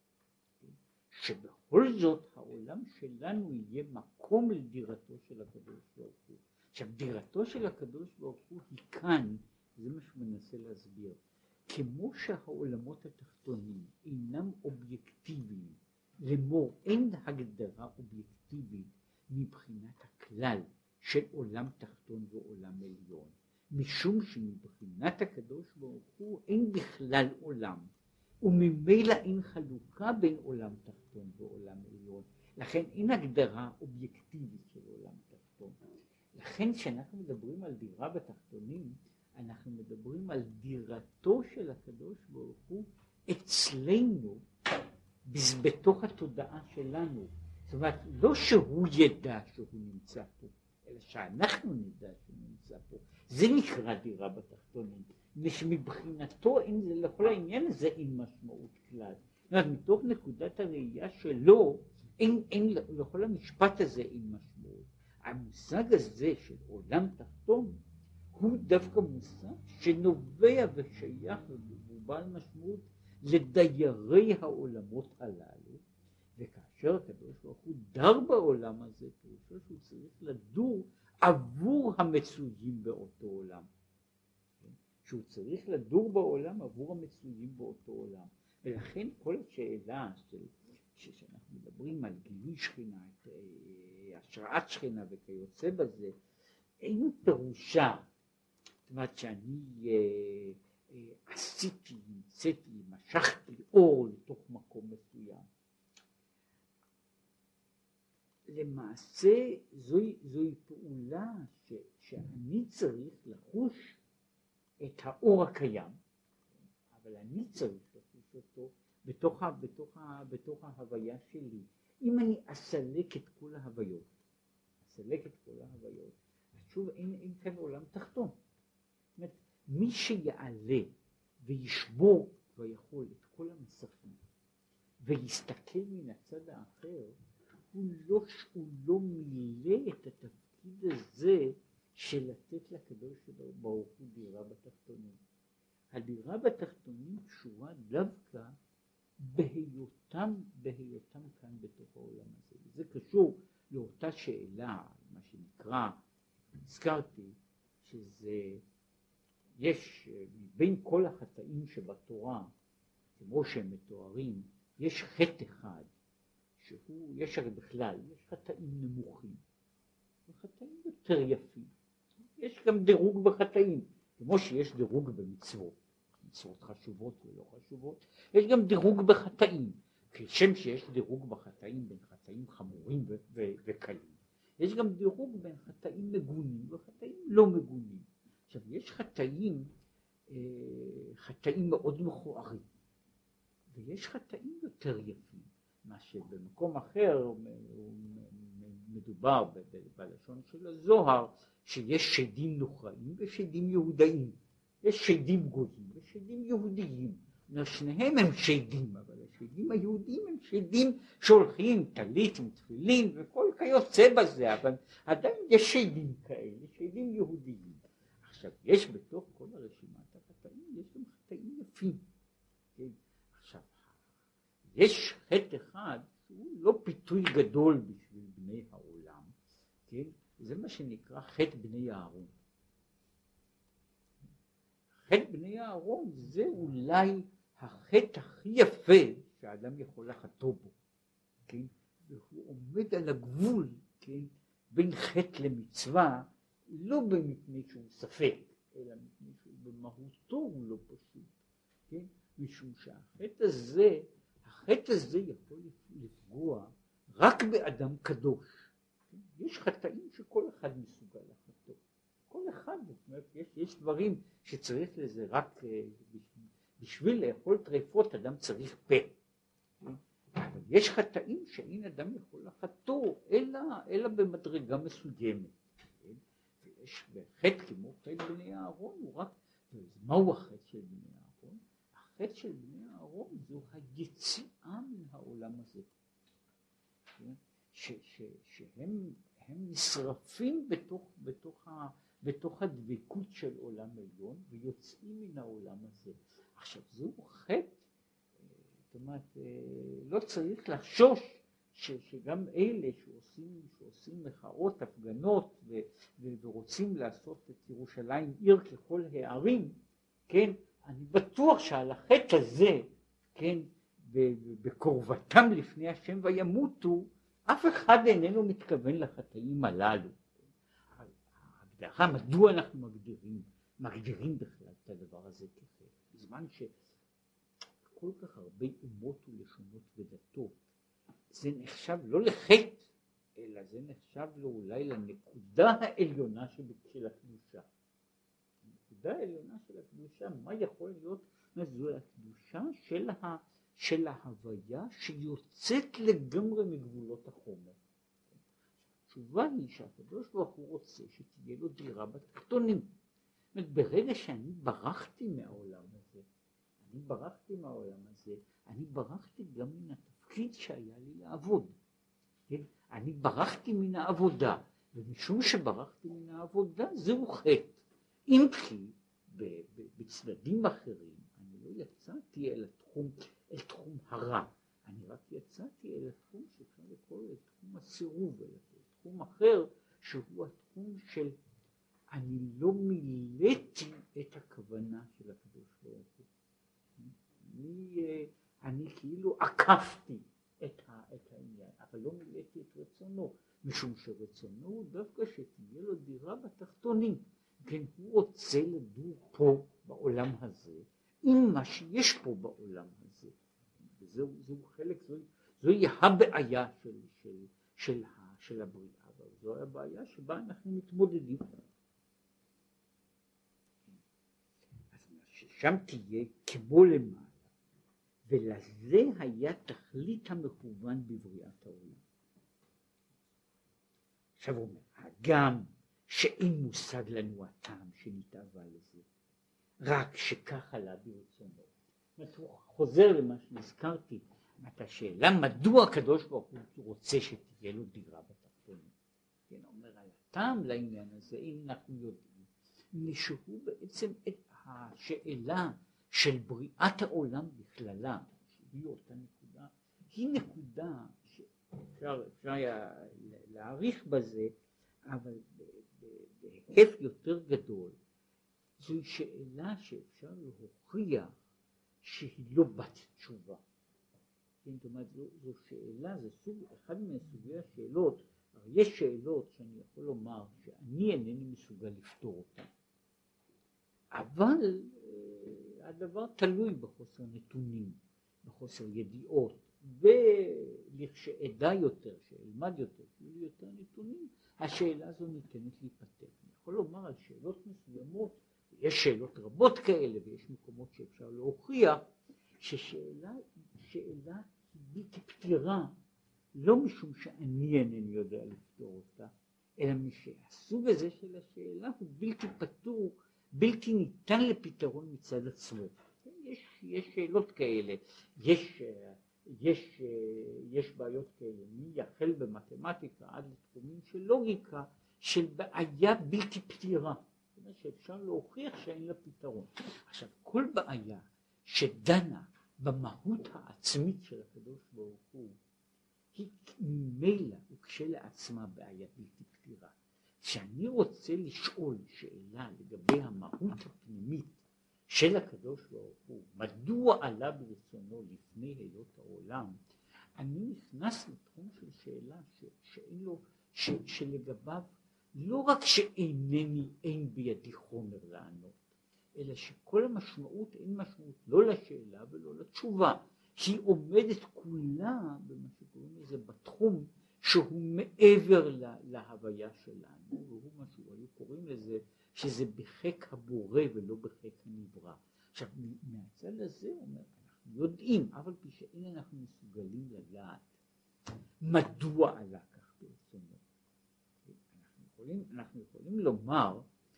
Speaker 1: שבכל זאת העולם שלנו יהיה מקום לדירתו של הקדוש ברוך הוא. עכשיו, דירתו של הקדוש ברוך הוא היא כאן, זה מה שהוא מנסה להסביר. כמו שהעולמות התחתונים אינם אובייקטיביים, לאמור אין הגדרה אובייקטיבית מבחינת הכלל של עולם תחתון ועולם עליון, משום שמבחינת הקדוש ברוך הוא אין בכלל עולם, וממילא אין חלוקה בין עולם תחתון ועולם עליון, לכן אין הגדרה אובייקטיבית של עולם תחתון. לכן כשאנחנו מדברים על דירה בתחתונים, אנחנו מדברים על דירתו של הקדוש ברוך הוא אצלנו, בתוך התודעה שלנו. זאת אומרת, לא שהוא ידע שהוא נמצא פה, אלא שאנחנו נדע שהוא נמצא פה. זה נקרא דירה בתחתונים. מבחינתו, לכל העניין הזה אין משמעות כלל. זאת אומרת, מתוך נקודת הראייה שלו, אין, אין, לכל המשפט הזה אין משמעות. המושג הזה של עולם תחתון, הוא דווקא מושג שנובע ושייך והוא בעל משמעות לדיירי העולמות הללו, וכאשר הקדוש ברוך הוא דר בעולם הזה, פירושו שהוא צריך לדור עבור המצויים באותו עולם. שהוא צריך לדור בעולם עבור המצויים באותו עולם. ולכן כל השאלה של, שאנחנו מדברים על גילוי שכינה, השראת שכינה וכיוצא בזה, אין פירושה, זאת אומרת שאני אה, אה, עשיתי, המצאתי, משכתי אור לתוך מקום מסוים. למעשה זוהי, זוהי פעולה ש, שאני צריך לחוש את האור הקיים, אבל אני צריך לחוש אותו בתוך, ה, בתוך, ה, בתוך ההוויה שלי. אם אני אסלק את כל ההוויות, אסלק את כל ההוויות, אז שוב אין, אין כאן עולם תחתון. זאת אומרת, מי שיעלה וישבור ויכול את כל המסכים ויסתכל מן הצד האחר, הוא לא, הוא לא מילא את התפקיד הזה של לתת לקדוש ברוך הוא דירה בתחתונים. הדירה בתחתונים קשורה דווקא בהיותם, בהיותם כאן בתוך העולם הזה. זה קשור לאותה שאלה, מה שנקרא, הזכרתי, שזה, יש בין כל החטאים שבתורה, כמו שהם מתוארים, יש חטא אחד, שהוא, יש הרי בכלל, יש חטאים נמוכים, וחטאים יותר יפים. יש גם דירוג בחטאים, כמו שיש דירוג במצוות, מצוות חשובות ולא חשובות, יש גם דירוג בחטאים, כשם שיש דירוג בחטאים בין חטאים חמורים ו- ו- וקלים, יש גם דירוג בין חטאים מגונים וחטאים לא מגונים. עכשיו, יש חטאים, אה, חטאים מאוד מכוערים, ויש חטאים יותר יפים, מה שבמקום אחר מדובר בלשון של הזוהר, שיש שדים נוכרעים ושדים יהודאים. יש שדים גויים ושדים יהודיים. שניהם הם שדים, אבל השדים היהודיים הם שדים שהולכים טלית עם תפילין וכל כיוצא בזה, אבל עדיין יש שדים כאלה, שדים יהודיים. עכשיו, יש בתוך כל הרשימת החטאים, יש גם חטאים יפים. כן? עכשיו, יש חטא אחד שהוא לא פיתוי גדול בשביל בני העולם, כן? זה מה שנקרא חטא בני אהרון. חטא בני אהרון זה אולי החטא הכי יפה שהאדם יכול לחטוא בו, כן? והוא עומד על הגבול, כן? בין חטא למצווה, לא במפני שהוא ספק, אלא מפני שהוא במהותו הוא לא פשוט, כן? משום שהחטא הזה, החטא הזה יכול לפגוע רק באדם קדוש. כן? יש חטאים שכל אחד מסוגל לחטוא. כל אחד, זאת אומרת, יש, יש דברים שצריך לזה רק בשביל, בשביל לאכול טרפות אדם צריך פה. כן? אבל יש חטאים שאין אדם יכול לחטוא, אלא, אלא במדרגה מסוימת. כן? ויש חטא כמו חטא בני אהרון, הוא רק, מהו החטא של בני אהרון? החטא של בני אהרון זו היציאה מן העולם הזה. כן? ש, ש, שהם הם נשרפים בתוך, בתוך, ה, בתוך הדבקות של עולם עליון ויוצאים מן העולם הזה. עכשיו, זהו חטא, זאת אומרת, לא צריך לחשוש ש, שגם אלה שעושים, שעושים מחאות, הפגנות ו, ו, ורוצים לעשות את ירושלים עיר ככל הערים, כן, אני בטוח שעל החטא הזה, כן, בקרבתם לפני השם וימותו, אף אחד איננו מתכוון לחטאים הללו. ההגדרה, מדוע אנחנו מגדירים, מגדירים בכלל את הדבר הזה כחטא? בזמן שכל כך הרבה אומות ולשונות ודתות, זה נחשב לא לחטא, אלא זה נחשב לו אולי לנקודה העליונה של הקדושה. הנקודה העליונה של הקדושה, מה יכול להיות? זו הקדושה של ה... של ההוויה שיוצאת לגמרי מגבולות החומר. התשובה היא שהקדוש ברוך הוא רוצה שתהיה לו דירה בתחתונים. זאת אומרת, ברגע שאני ברחתי מהעולם הזה, אני ברחתי מהעולם הזה, אני ברחתי גם מן התפקיד שהיה לי לעבוד. כן? אני ברחתי מן העבודה, ומשום שברחתי מן העבודה, זהו חטא. אם כי בצדדים אחרים, אני לא יצאתי אל התחום, אל תחום הרע, אני רק יצאתי אל התחום שאפשר לקרוא אל תחום הסירוב, אל תחום אחר שהוא התחום של אני לא מילאתי את הכוונה של הקדוש ברוך הוא. אני, אני כאילו עקפתי את, ה, את העניין, אבל לא מילאתי את רצונו. משום שרצונו הוא דווקא שתהיה לו דירה בתחתונים, כן, הוא רוצה לדור פה בעולם הזה עם מה שיש פה בעולם הזה, וזהו, זהו חלק, זוהי, זוהי הבעיה של, של, של, של הבריאה, וזוהי הבעיה שבה אנחנו מתמודדים. אז ששם תהיה כמו למעלה, ולזה היה תכלית המכוון בבריאת העולם. עכשיו הוא אומר, הגם שאין מושג לנו הטעם שנתאווה לזה, רק שכך עלה ברצונו. הוא חוזר למה שנזכרתי, את השאלה מדוע הקדוש ברוך הוא רוצה שתהיה לו דירה בתחתונים. כן, אומר על הטעם לעניין הזה, אם אנחנו יודעים, שהוא בעצם את השאלה של בריאת העולם בכללה, שהיא אותה נקודה, היא נקודה שאפשר אפשר היה להעריך בזה, אבל בהיקף יותר גדול, זוהי שאלה שאפשר להוכיח שהיא לא בת תשובה. זאת אומרת, זו, זו שאלה, זה סוג, אחד מסוגי השאלות, יש שאלות שאני יכול לומר שאני אינני מסוגל לפתור אותן, אבל אה, הדבר תלוי בחוסר נתונים, בחוסר ידיעות, ולכשאדע יותר, שאלמד יותר, שיהיו לי יותר נתונים, השאלה הזו ניתנת להיפתר. אני יכול לומר על שאלות מסוימות, יש שאלות רבות כאלה, ויש מקומות שאפשר להוכיח, ששאלה שאלה בלתי פתירה, לא משום שאני אינני יודע לפתור אותה, אלא משהסוג הזה של השאלה הוא בלתי פתור, בלתי ניתן לפתרון מצד עצמו. יש, יש שאלות כאלה, יש, יש, יש בעיות כאלה, מי יחל במתמטיקה עד לתחומים של לוגיקה, של בעיה בלתי פתירה, זאת אומרת שאפשר להוכיח שאין לה פתרון. עכשיו, כל בעיה שדנה במהות העצמית של הקדוש ברוך הוא, היא ממילא וכשלעצמה בעיה בלתי פתירה. כשאני רוצה לשאול שאלה לגבי המהות הפנימית של הקדוש ברוך הוא, מדוע עלה ברצונו לפני היות העולם, אני נכנס לתחום של שאלה ש, שאין לו, ש, שלגביו לא רק שאינני, אין בידי חומר לענות, אלא שכל המשמעות, אין משמעות לא לשאלה ולא לתשובה, היא עומדת כולה במה שקוראים לזה בתחום שהוא מעבר לה, להוויה שלנו, והוא מה שהיו קוראים לזה שזה בחק הבורא ולא בחק הנברא. עכשיו מהצד הזה אומר, אנחנו יודעים, אבל פי שאין אנחנו מסוגלים לדעת מדוע עלה כך ברצונו. אנחנו יכולים, אנחנו יכולים לומר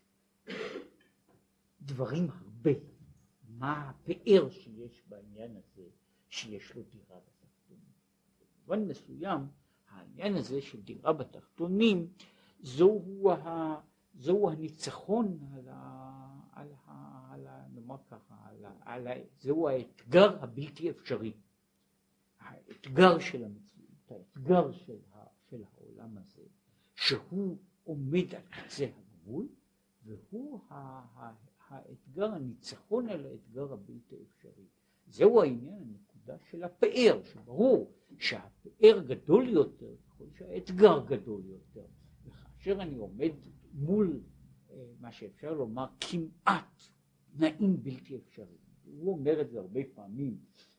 Speaker 1: דברים הרבה, מה הפאר שיש בעניין הזה, שיש לו דירה בתחתונים. במובן מסוים, העניין הזה של דירה בתחתונים, זוהו, ה, זוהו הניצחון על ה... על ה... על ה... נאמר ככה, על ה... על ה... זהו האתגר הבלתי אפשרי. האתגר של המציאות, האתגר של, ה... של העולם הזה, שהוא עומד על קצה הגבול, והוא ה... ה... האתגר, הניצחון על האתגר הבלתי אפשרי. זהו העניין, הנקודה של הפאר, שברור שהפאר גדול יותר, ככל שהאתגר גדול יותר. וכאשר אני עומד מול אה, מה שאפשר לומר כמעט תנאים בלתי אפשריים. הוא אומר את זה הרבה פעמים,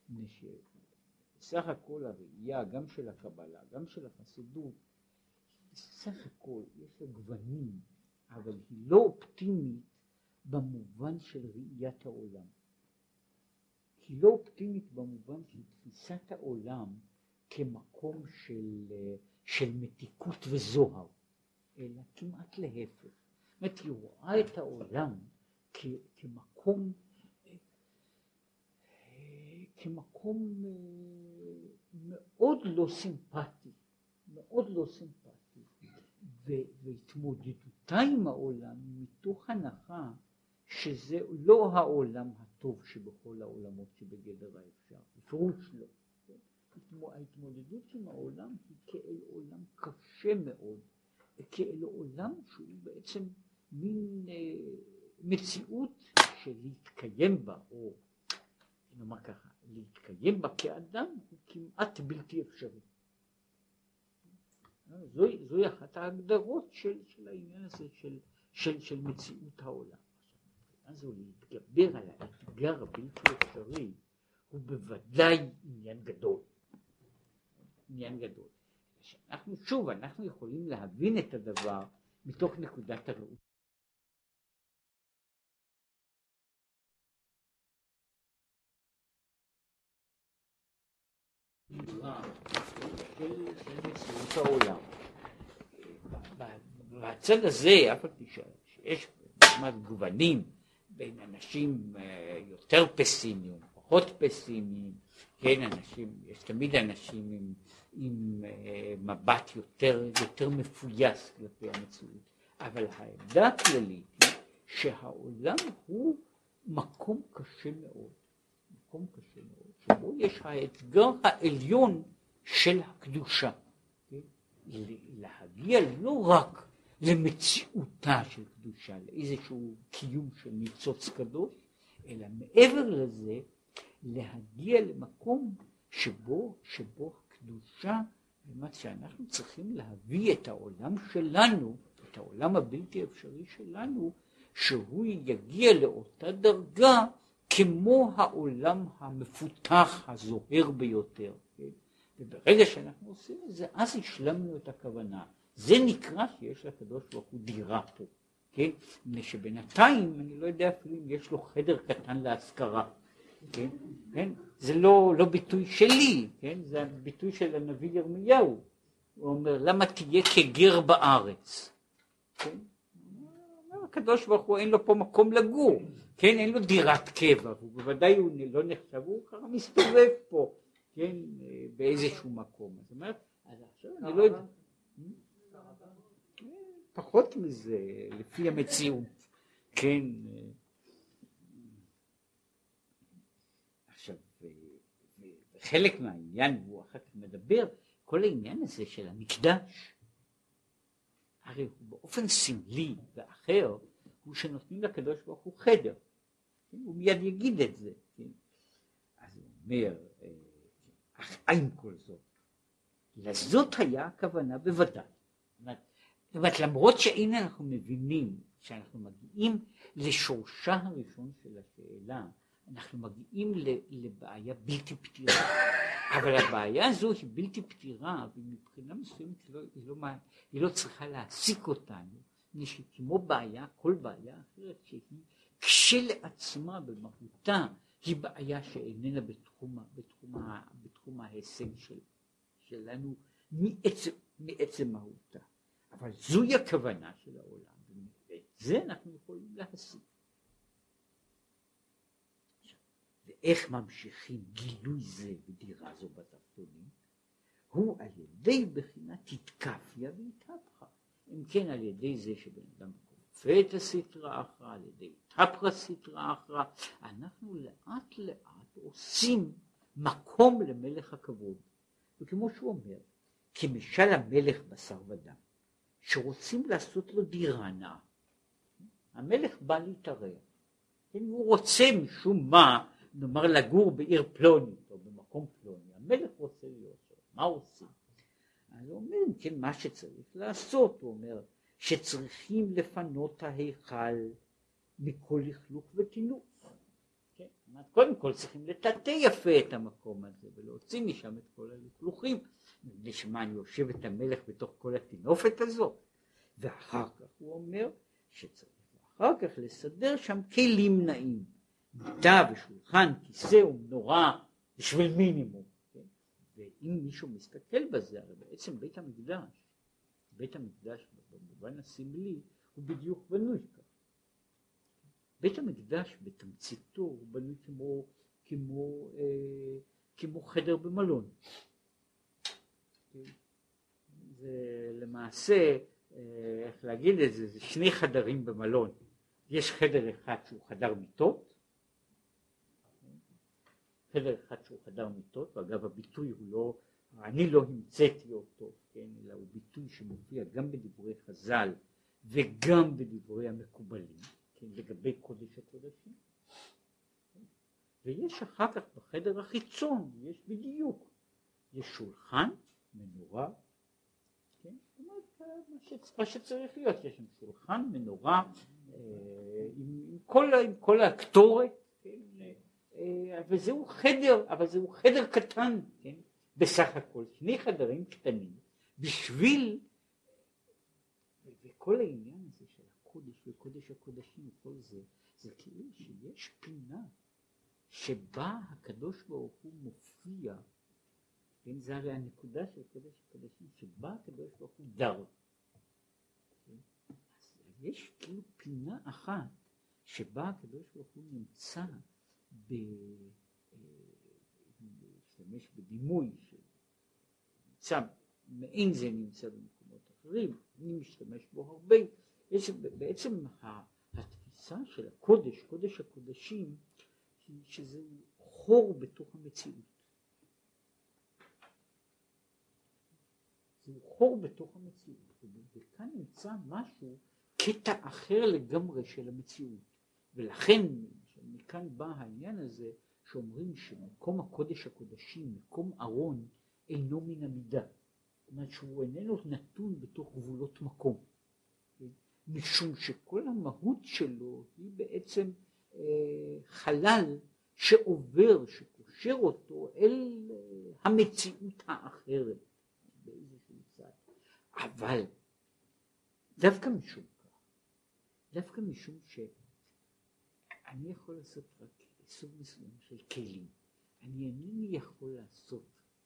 Speaker 1: שסך הכל הראייה, גם של הקבלה, גם של החסידות, סך הכל יש לה גוונים, אבל היא לא אופטימית במובן של ראיית העולם. היא לא אופטימית במובן של תפיסת העולם כמקום של, של מתיקות וזוהר, אלא כמעט להפך. זאת אומרת, היא רואה את העולם כ, כמקום, כמקום מאוד לא סימפטי, מאוד לא סימפטי, והתמודדותה עם העולם מתוך הנחה שזה לא העולם הטוב שבכל העולמות שבגדר האפשר, בפירוש לא. ההתמודדות עם העולם היא כאל עולם קשה מאוד, כאל עולם שהוא בעצם מין אה, מציאות של להתקיים בה, או נאמר ככה, להתקיים בה כאדם הוא כמעט בלתי אפשרי. זוהי, זוהי אחת ההגדרות של, של העניין הזה של, של, של מציאות העולם. אז הוא להתגבר על האתגר הבלתי אפשרי הוא בוודאי עניין גדול. עניין גדול. אנחנו שוב, אנחנו יכולים להבין את הדבר מתוך נקודת הראות. של מציאות העולם. בצד הזה, אף על פי שיש גוונים בין אנשים יותר פסימיים, פחות פסימיים, כן, אנשים, יש תמיד אנשים עם, עם מבט יותר, יותר מפויס כלפי המציאות, אבל העמדה הכללית היא שהעולם הוא מקום קשה מאוד, מקום קשה מאוד, שבו יש האתגר העליון של הקדושה, כן? להגיע לא רק למציאותה של קדושה, לאיזשהו קיום של ניצוץ קדוש, אלא מעבר לזה, להגיע למקום שבו, שבו הקדושה, באמת שאנחנו צריכים להביא את העולם שלנו, את העולם הבלתי אפשרי שלנו, שהוא יגיע לאותה דרגה כמו העולם המפותח הזוהר ביותר. כן? וברגע שאנחנו עושים את זה, אז השלמנו את הכוונה. זה נקרא שיש לקדוש ברוך הוא דירה פה. כן? שבינתיים, אני לא יודע אפילו אם יש לו חדר קטן להשכרה. כן? כן? זה לא, לא ביטוי שלי, כן? זה הביטוי של הנביא ירמיהו. הוא אומר, למה תהיה כגר בארץ? כן? הקדוש ברוך הוא אין לו פה מקום לגור, כן? אין לו דירת קבע, ובוודאי הוא לא נחשב, הוא ככה מסתובב פה, כן? באיזשהו מקום. זאת אומרת, אז עכשיו אני לא יודע. פחות מזה, לפי המציאות, כן? עכשיו, חלק מהעניין, והוא אחר כך מדבר, כל העניין הזה של המקדש, הרי הוא באופן סמלי ואחר, הוא שנותנים לקדוש ברוך הוא חדר, כן? הוא מיד יגיד את זה, כן? אז הוא אומר, אך עם כל זאת, לזאת היה הכוונה בוודאי. זאת אומרת, למרות שהנה אנחנו מבינים שאנחנו מגיעים לשורשה הראשון של השאלה, אנחנו מגיעים לבעיה בלתי פתירה, אבל הבעיה הזו היא בלתי פתירה, ומבחינה מסוימת היא לא, היא לא, היא לא צריכה להעסיק אותנו, כמו בעיה, כל בעיה אחרת שהיא כשלעצמה במהותה, היא בעיה שאיננה בתחום, בתחום, בתחום ההישג של, שלנו מעצם, מעצם מהותה. אבל זוהי הכוונה של העולם, ואת זה אנחנו יכולים להשיג. ואיך ממשיכים גילוי זה ודירה זו בתחתונים? הוא על ידי בחינת התקפיה והתהפכה. אם כן, על ידי זה שבן אדם כופה את הסתרה אחרא, על ידי התהפכה סתרה אחרא, אנחנו לאט לאט עושים מקום למלך הכבוד. וכמו שהוא אומר, כמשל המלך בשר ודם, שרוצים לעשות לו דירה נאה. המלך בא להתארח, כן? הוא רוצה משום מה, נאמר לגור בעיר פלונית או במקום פלוני, המלך רוצה להיות שם, מה עושים? אז הוא אומר, כן, מה שצריך לעשות, הוא אומר, שצריכים לפנות ההיכל מכל לכלוך וטינוף. כן? קודם כל צריכים לטאטא יפה את המקום הזה ולהוציא משם את כל הלכלוכים, לשמה אני יושב את המלך בתוך כל הטינופת הזאת, ואחר כך הוא אומר שצריך אחר כך לסדר שם כלים נעים, מיטה ושולחן, כיסא ומנורה בשביל מינימום. כן? ואם מישהו מסתכל בזה, הרי בעצם בית המקדש, בית המקדש במובן הסמלי הוא בדיוק בנוי כך. בית המקדש בתמציתו הוא בנוי כמו, כמו, אה, כמו חדר במלון. זה למעשה, איך להגיד את זה, זה שני חדרים במלון. יש חדר אחד שהוא חדר מיטות, חדר אחד שהוא חדר מיטות, ואגב הביטוי הוא לא, אני לא המצאתי אותו, כן, אלא הוא ביטוי שמופיע גם בדברי חז"ל וגם בדברי המקובלים, כן, לגבי קודש הקודשים. ויש אחר כך בחדר החיצון, יש בדיוק, יש שולחן, מנורה, כן? זאת אומרת, מה, שצ... מה שצריך להיות, יש שם שולחן, מנורה, אה, עם, עם, כל, עם כל הקטורת, כן? אה, וזהו חדר, אבל זהו חדר קטן, כן? בסך הכל, שני חדרים קטנים, בשביל, וכל העניין הזה של הקודש וקודש הקודשים, כל זה, זה כאילו שיש פינה שבה הקדוש ברוך הוא מופיע, כן, זה הרי הנקודה של קודש הקודשים, שבה הקדוש ברוך הוא דר. כן? אז יש כאילו פינה אחת שבה הקדוש ברוך הוא נמצא ב... להשתמש בדימוי שנמצא, מעין זה נמצא במקומות אחרים, אני משתמש בו הרבה. יש בעצם התפיסה של הקודש, קודש הקודשים, שזה חור בתוך המציאות. זה חור בתוך המציאות, וכאן נמצא משהו, קטע אחר לגמרי של המציאות. ולכן, מכאן בא העניין הזה, שאומרים שמקום הקודש הקודשים, מקום ארון, אינו מן המידה. זאת אומרת שהוא איננו נתון בתוך גבולות מקום. משום שכל המהות שלו היא בעצם אה, חלל שעובר, שקושר אותו אל אה, המציאות האחרת. באיזשהו צד. אבל דווקא משום כך, דווקא משום שאני יכול לעשות רק סוג מסוים של כלים, אני אינני יכול לעשות,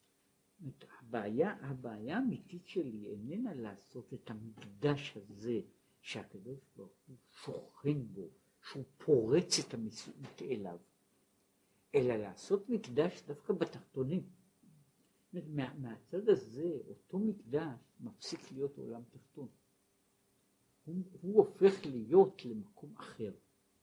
Speaker 1: הבעיה, הבעיה האמיתית שלי איננה לעשות את המקדש הזה שהקדוש ברוך הוא שוכן בו, שהוא פורץ את המציאות אליו, אלא לעשות מקדש דווקא בתחתונים. מה, מהצד הזה אותו מקדש מפסיק להיות עולם תחתון, הוא, הוא הופך להיות למקום אחר.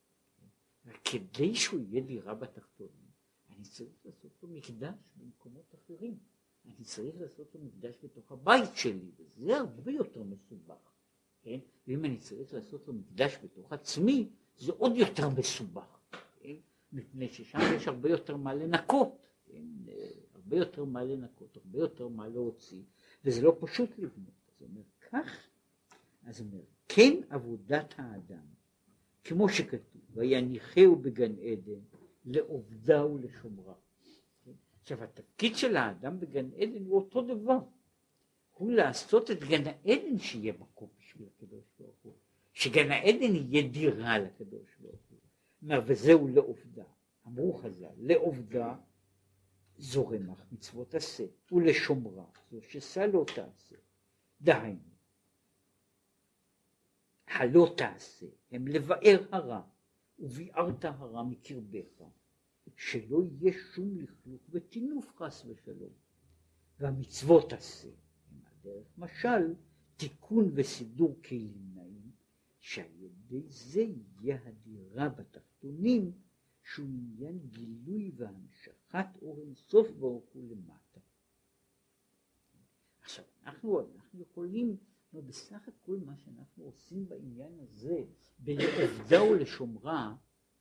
Speaker 1: כדי שהוא יהיה דירה בתחתונים, אני צריך לעשות לו מקדש במקומות אחרים, אני צריך לעשות לו מקדש בתוך הבית שלי, וזה הרבה יותר מסובך, כן? ואם אני צריך לעשות לו מקדש בתוך עצמי, זה עוד יותר מסובך, כן? מפני ששם יש הרבה יותר מה לנקות, כן? הרבה יותר מה לנקות, הרבה יותר מה להוציא, וזה לא פשוט לבנות. אז אומר כך, אז אומר, כן עבודת האדם, כמו שכתוב, ויניחהו בגן עדן, לעובדה ולשומרה. כן? עכשיו, התפקיד של האדם בגן עדן הוא אותו דבר, הוא לעשות את גן העדן שיהיה מקום בשביל הקדוש ברוך הוא, שגן העדן יהיה דירה לקדוש ברוך הוא. אומר, וזהו לעובדה, אמרו חז"ל, לעובדה, זו רמ"ח מצוות עשה, ולשומרה, זו ששא לא תעשה. דהיינו, הלא תעשה, הם לבאר הרע, וביארת הרע מקרבך, שלא יהיה שום לכלוך וטינוף חס ושלום. והמצוות עשה, הם על דרך משל, תיקון וסידור כלים נעים, שעל ידי זה יהיה הדירה בתחתונים, שהוא עניין גילוי והמשכת אור אינסוף ברוך הוא למטה. עכשיו, אנחנו, אנחנו יכולים, בסך הכל מה שאנחנו עושים בעניין הזה, בלעובדה ולשומרה,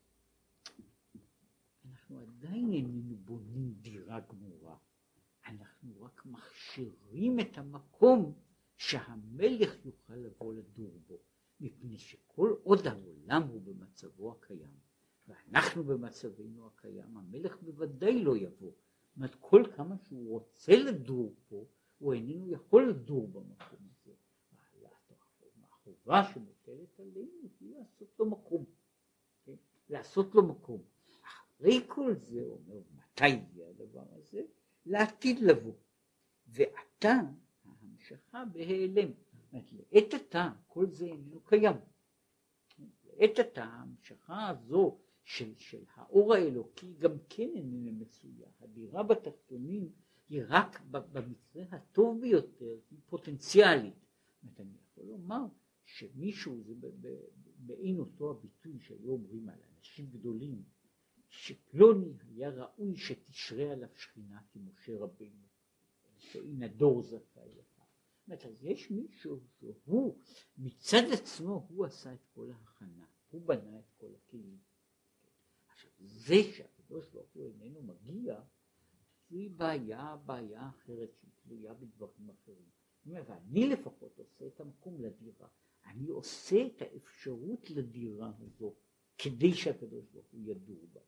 Speaker 1: אנחנו עדיין איננו בונים דירה גמורה. אנחנו רק מכשירים את המקום שהמלך יוכל לבוא לדור בו, מפני שכל עוד העולם הוא במצבו הקיים, ואנחנו במצבנו הקיים, המלך בוודאי לא יבוא. זאת אומרת, כל כמה שהוא רוצה לדור פה, הוא איננו יכול לדור במקום הזה. החובה שמוטלת עלינו היא לעשות לו מקום. כן? לעשות לו מקום. אחרי כל זה, הוא אומר, מתי יהיה הדבר הזה? לעתיד לבוא. ועתה ההמשכה בהיעלם. זאת אומרת, לעת עתה, כל זה איננו קיים. לעת עתה ההמשכה הזו, של, של האור האלוקי גם כן איננה מצויה. הדירה בתחתונים היא רק במקרה הטוב ביותר, היא פוטנציאלית. זאת אומרת, אני יכול לומר שמישהו, זה בעין אותו הביטוי שהיו אומרים על אנשים גדולים, שפלוני היה ראוי שתשרה עליו שכינה כמשה רבינו, שאין הדור זכאי לך. זאת אומרת, אז יש מישהו שהוא מצד עצמו, הוא עשה את כל ההכנה, הוא בנה את כל הכלים. זה שהקדוש ברוך הוא איננו מגיע, היא בעיה, בעיה אחרת שתלויה בדברים אחרים. ואני לפחות עושה את המקום לדירה, אני עושה את האפשרות לדירה הזו, כדי שהקדוש ברוך הוא ידור בה.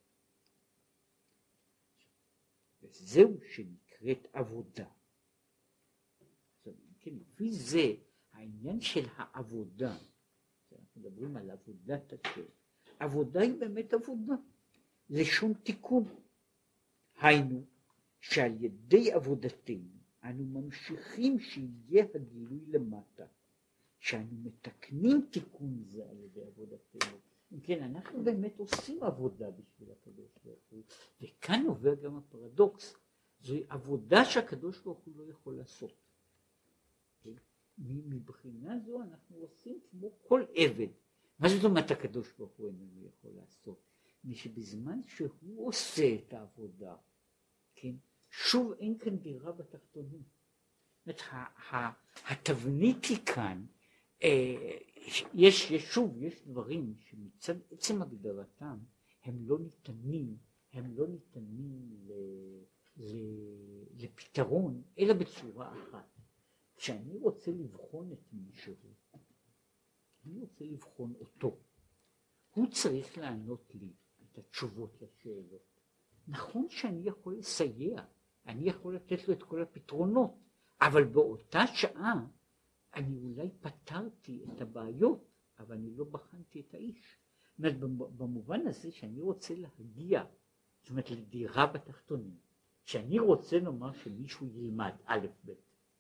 Speaker 1: וזהו שנקראת עבודה. כן, לפי זה, העניין של העבודה, אנחנו מדברים על עבודת השם, עבודה היא באמת עבודה, לשון תיקון. היינו, שעל ידי עבודתנו, אנו ממשיכים שיהיה הגילוי למטה, שאנו מתקנים תיקון זה על ידי עבודתנו. אם כן, אנחנו באמת עושים עבודה בשביל הקדוש ברוך הוא, וכאן עובר גם הפרדוקס, זוהי עבודה שהקדוש ברוך הוא לא יכול לעשות. כן? מבחינה זו אנחנו עושים כמו כל עבד. מה זאת אומרת הקדוש ברוך הוא איננו יכול לעשות? משבזמן שהוא עושה את העבודה, כן? שוב אין כאן דירה בתחתונים. זאת אומרת, התבנית היא כאן, יש, יש שוב, יש דברים שמצד עצם הגדרתם הם לא ניתנים, הם לא ניתנים ל, ל, לפתרון, אלא בצורה אחת. כשאני רוצה לבחון את מישהו, אני רוצה לבחון אותו, הוא צריך לענות לי את התשובות לשאלות. נכון שאני יכול לסייע, אני יכול לתת לו את כל הפתרונות, אבל באותה שעה אני אולי פתרתי את הבעיות, אבל אני לא בחנתי את האיש. זאת אומרת, במובן הזה שאני רוצה להגיע, זאת אומרת, לדירה בתחתונים, שאני רוצה לומר שמישהו ילמד א' ב',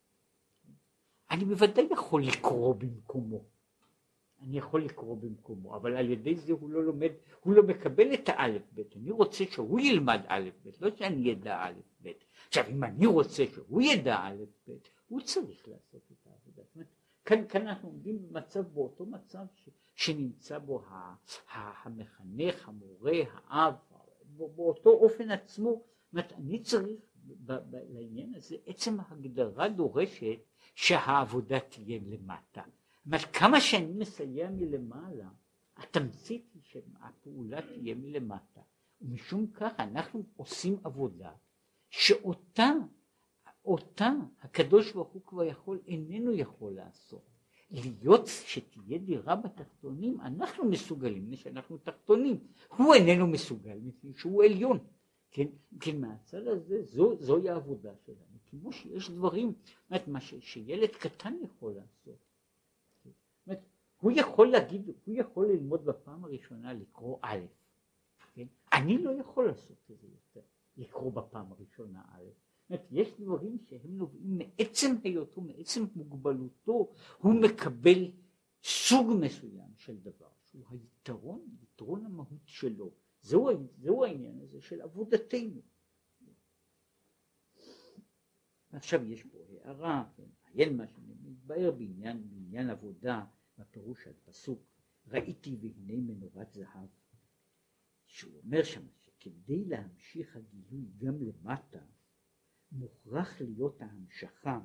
Speaker 1: אני בוודאי יכול לקרוא במקומו. אני יכול לקרוא במקומו, אבל על ידי זה הוא לא לומד, הוא לא מקבל את האלף ב'. אני רוצה שהוא ילמד א' ב', לא שאני ידע א' ב'. עכשיו, אם אני רוצה שהוא ידע א' ב', הוא צריך לעשות את העבודה. זאת אומרת, כאן, כאן אנחנו עומדים במצב, באותו מצב ש, שנמצא בו ה, ה, המחנך, המורה, האב, באותו אופן עצמו. זאת אומרת, אני צריך, ב, ב, לעניין הזה, עצם ההגדרה דורשת שהעבודה תהיה למטה. זאת אומרת, כמה שאני מסייע מלמעלה, התמצית היא שהפעולה תהיה מלמטה. ומשום כך אנחנו עושים עבודה שאותה, אותה הקדוש ברוך הוא כבר יכול, איננו יכול לעשות. להיות שתהיה דירה בתחתונים, אנחנו מסוגלים, שאנחנו תחתונים. הוא איננו מסוגל, שהוא עליון. כן, כן, מהצד הזה, זו, זוהי העבודה שלנו. כמו שיש דברים, זאת אומרת, ש, שילד קטן יכול לעשות. זאת אומרת, הוא יכול להגיד, הוא יכול ללמוד בפעם הראשונה לקרוא א', כן? אני לא יכול לעשות את זה יותר, לקרוא בפעם הראשונה א'. זאת אומרת, יש דברים שהם נובעים מעצם היותו, מעצם מוגבלותו, הוא מקבל סוג מסוים של דבר, שהוא היתרון, יתרון המהות שלו. זהו, זהו העניין הזה של עבודתנו. עכשיו יש פה הערה, כן, עיין מה שמתבאר בעניין, בעניין עבודה, בפירוש על פסוק, ראיתי והנה מנורת זהב, שהוא אומר שם שכדי להמשיך הגילוי גם למטה, מוכרח להיות ההמשכה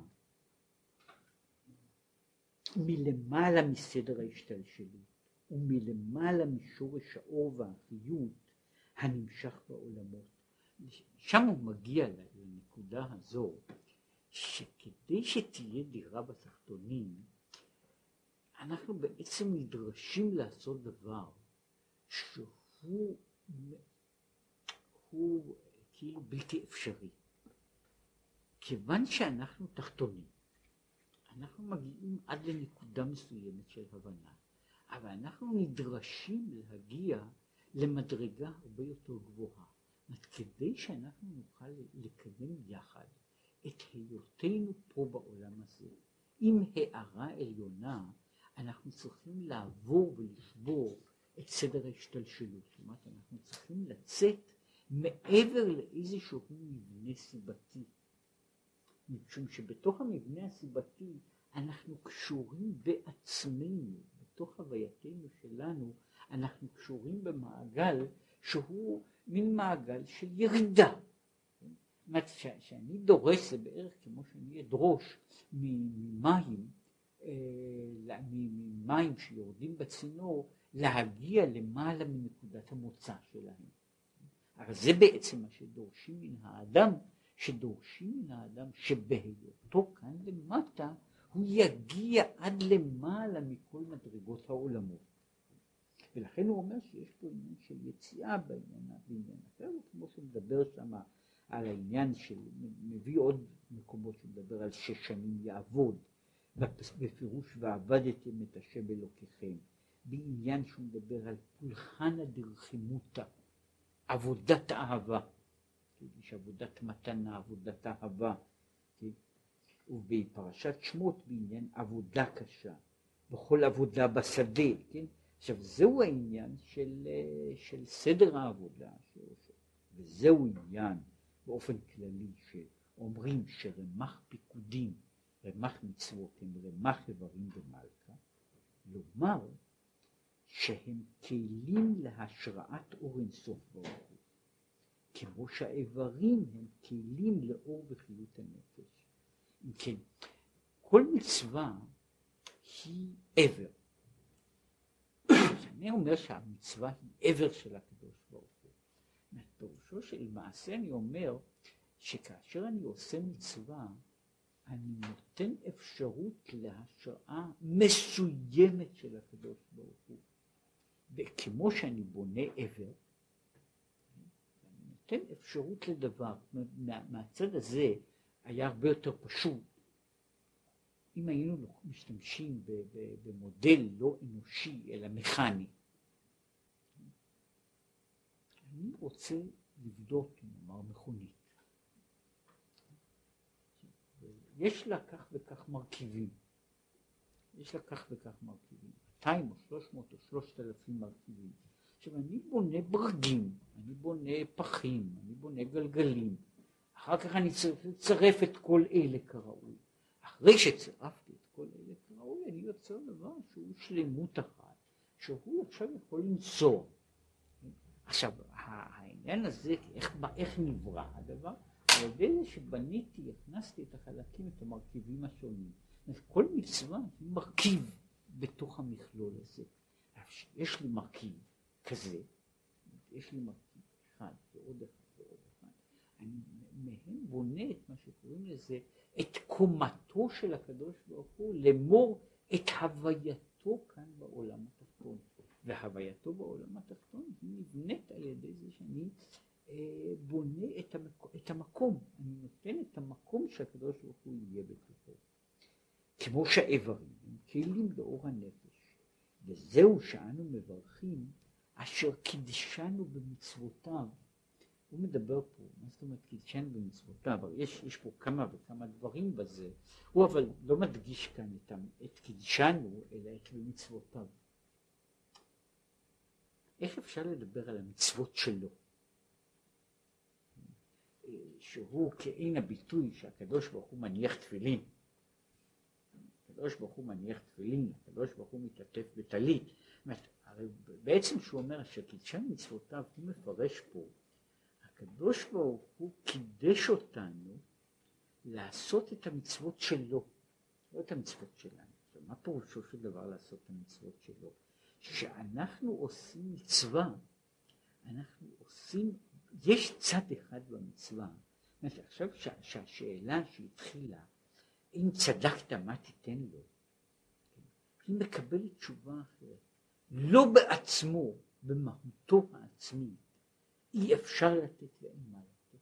Speaker 1: מלמעלה מסדר ההשתלשלות, ומלמעלה משורש האור והחיות הנמשך בעולמות. שם הוא מגיע לנקודה הזו, שכדי שתהיה דירה בתחתונים, אנחנו בעצם נדרשים לעשות דבר שהוא הוא כאילו בלתי אפשרי. כיוון שאנחנו תחתונים, אנחנו מגיעים עד לנקודה מסוימת של הבנה, אבל אנחנו נדרשים להגיע למדרגה הרבה יותר גבוהה. כדי שאנחנו נוכל לקדם יחד את היותנו פה בעולם הזה, עם הערה עליונה, אנחנו צריכים לעבור ולשבור את סדר ההשתלשלות. זאת אומרת, אנחנו צריכים לצאת מעבר לאיזשהו מבנה סיבתי. משום שבתוך המבנה הסיבתי אנחנו קשורים בעצמנו, בתוך הווייתנו שלנו, אנחנו קשורים במעגל שהוא מין מעגל של ירידה. זאת אומרת, שאני דורש, זה בערך כמו שאני אדרוש ממים, ממים שיורדים בצינור, להגיע למעלה מנקודת המוצא שלהם. אבל זה בעצם מה שדורשים מן האדם, שדורשים מן האדם שבהיותו כאן למטה, הוא יגיע עד למעלה מכל מדרגות העולמות. ולכן הוא אומר שיש פה עניין של יציאה בעניין, בעניין אחר, כמו שמדבר שם על העניין של, מביא עוד מקומות שמדבר על שש שנים יעבוד, בפירוש ועבדתם את השם אלוקיכם, בעניין שהוא מדבר על פולחנה דרחימותא, עבודת אהבה, יש עבודת מתנה, עבודת אהבה, ובפרשת שמות בעניין עבודה קשה, בכל עבודה בשדה, כן? עכשיו זהו העניין של, של סדר העבודה, וזהו עניין באופן כללי שאומרים שרמ"ח פיקודים, רמ"ח מצוות הם רמ"ח איברים במלכה, לומר שהם כלים להשראת אור אינסוף ברוך הוא, כמו שהאיברים הם כלים לאור וחיות הנפש. אם כן, כל מצווה היא עבר. אני אומר שהמצווה היא עבר של הקדוש ברוך הוא. פירושו של מעשה אני אומר שכאשר אני עושה מצווה, אני נותן אפשרות להשראה מסוימת של הקדוש ברוך הוא. וכמו שאני בונה עבר, אני נותן אפשרות לדבר. מה, מהצד הזה היה הרבה יותר פשוט. אם היינו משתמשים במודל לא אנושי אלא מכני, אני רוצה לבדוק, נאמר, מכונית. יש לה כך וכך מרכיבים. יש לה כך וכך מרכיבים. מאתיים או שלוש מאות או שלושת אלפים מרכיבים. עכשיו אני בונה ברגים, אני בונה פחים, אני בונה גלגלים. אחר כך אני צריך לצרף את כל אלה כראוי. אחרי שצירפתי את כל אלה כראוי, אני יוצר דבר שהוא שלמות אחת, שהוא עכשיו יכול לנסוע. עכשיו, העניין הזה, איך, איך נברא הדבר? על ידי זה שבניתי, הכנסתי את החלקים, את המרכיבים השונים. כל מצווה היא מרכיב בתוך המכלול הזה. יש לי מרכיב כזה, יש לי מרכיב אחד ועוד אחד ועוד אחד. אני מהם בונה את מה שקוראים לזה, את קומתו של הקדוש ברוך הוא, למור את הווייתו כאן בעולם התחתון. והווייתו בעולם התחתון היא נבנית על ידי זה שאני אה, בונה את, המק... את המקום. אני נותן את המקום שהקדוש ברוך הוא יהיה בתוכו. כמו שהאיברים הם כלים לאור הנפש. וזהו שאנו מברכים אשר קידשנו במצוותיו. הוא מדבר פה, מה זאת אומרת קידשנו במצוותיו? יש, יש פה כמה וכמה דברים בזה. הוא אבל לא מדגיש כאן את, את קידשנו, אלא את במצוותיו. איך אפשר לדבר על המצוות שלו? שהוא כאין הביטוי שהקדוש ברוך הוא מניח תפילין. הקדוש ברוך הוא מניח תפילין, הקדוש ברוך הוא מתעטף בטלית. הרי בעצם שהוא אומר שקידשנו מצוותיו, הוא מפרש פה, הקדוש ברוך הוא קידש אותנו לעשות את המצוות שלו, לא את המצוות שלנו. מה פירושו של דבר לעשות את המצוות שלו? שאנחנו עושים מצווה, אנחנו עושים, יש צד אחד במצווה. עכשיו שהשאלה שהתחילה, אם צדקת מה תיתן לו, היא מקבלת תשובה אחרת. לא בעצמו, במהותו העצמית, אי אפשר לתת ואין מה לתת.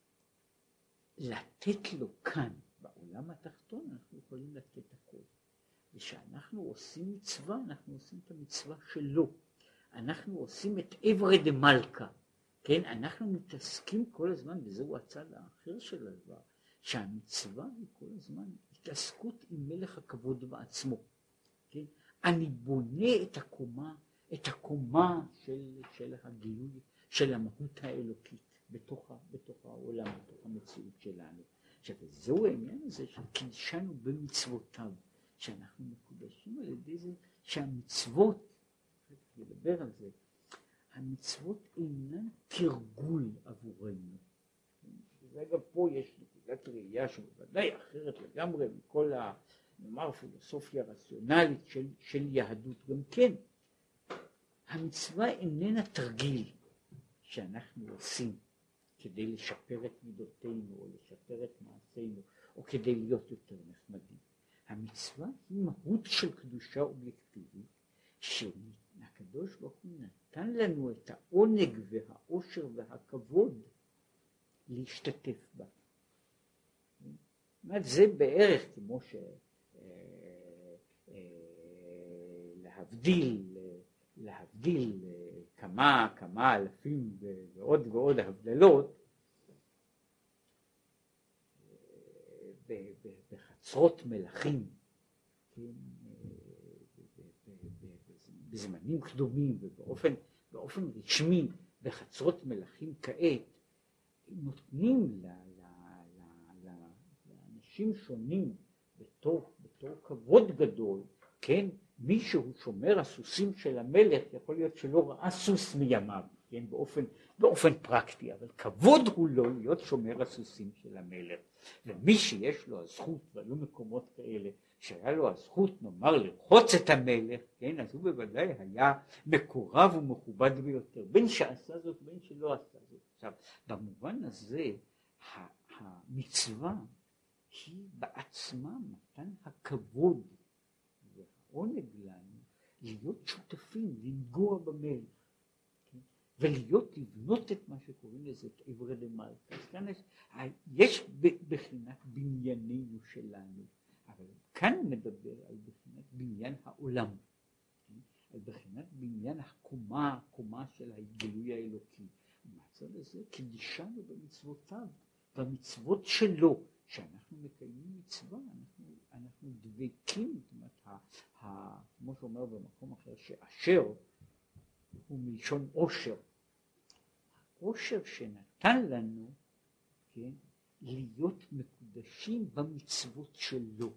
Speaker 1: לתת לו כאן, בעולם התחתון, אנחנו יכולים לתת הכל. ושאנחנו עושים מצווה, אנחנו עושים את המצווה שלו. אנחנו עושים את עברי דמלכה. כן, אנחנו מתעסקים כל הזמן, וזהו הצד האחר של הדבר, שהמצווה היא כל הזמן התעסקות עם מלך הכבוד בעצמו. כן? אני בונה את הקומה, את הקומה של, של הגילוי, של המהות האלוקית, בתוך, בתוך העולם, בתוך המציאות שלנו. עכשיו, זהו העניין הזה שקידשנו במצוותיו. שאנחנו מקודשים על ידי זה שהמצוות, לדבר על זה, המצוות אינן תרגול עבורנו. רגע פה יש נקודת ראייה שבוודאי אחרת לגמרי מכל נאמר פילוסופיה רציונלית של, של יהדות גם כן. המצווה איננה תרגיל שאנחנו עושים כדי לשפר את מידותינו או לשפר את מעשינו או כדי להיות יותר נחמדים. המצווה היא מהות של קדושה אובייקטיבית, שהקדוש ברוך הוא נתן לנו את העונג והאושר והכבוד להשתתף בה. זאת אומרת, זה בערך כמו ש... להבדיל, להבדיל כמה, כמה אלפים ועוד ועוד הבדלות, בחצרות מלכים, כן, בזמנים קדומים ובאופן באופן רשמי בחצרות מלכים כעת, נותנים ל, ל, ל, לאנשים שונים בתור, בתור כבוד גדול, כן, מי שהוא שומר הסוסים של המלך יכול להיות שלא ראה סוס מימיו, כן, באופן, באופן פרקטי, אבל כבוד הוא לו להיות שומר הסוסים של המלך. ומי שיש לו הזכות, והיו מקומות כאלה שהיה לו הזכות נאמר לרחוץ את המלך, כן, אז הוא בוודאי היה מקורב ומכובד ביותר, בין שעשה זאת בין שלא עשה זאת. עכשיו במובן הזה המצווה היא בעצמה מתן הכבוד והעונג לנו להיות שותפים, לנגוע במלך, כן? ולהיות לבנות את מה שקוראים לזה את עברי דמלכה. אז כאן יש, יש בחינת בנייננו שלנו, אבל כאן הוא מדבר על בחינת בניין העולם, כן? על בחינת בניין הקומה, הקומה של הגילוי האלוקי. ומהצד הזה קידשנו במצוותיו, במצוות שלו. כשאנחנו מקיימים מצווה, אנחנו, אנחנו דבקים, זאת אומרת, ה, ה, כמו שאומר במקום אחר, שאשר הוא מלשון עושר. העושר שנתן לנו, כן, להיות מקודשים במצוות שלו.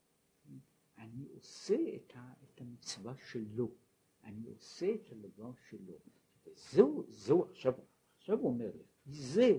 Speaker 1: אני עושה את, ה, את המצווה שלו, אני עושה את הדבר שלו. וזהו, זהו, עכשיו, עכשיו הוא אומר, לפי זה,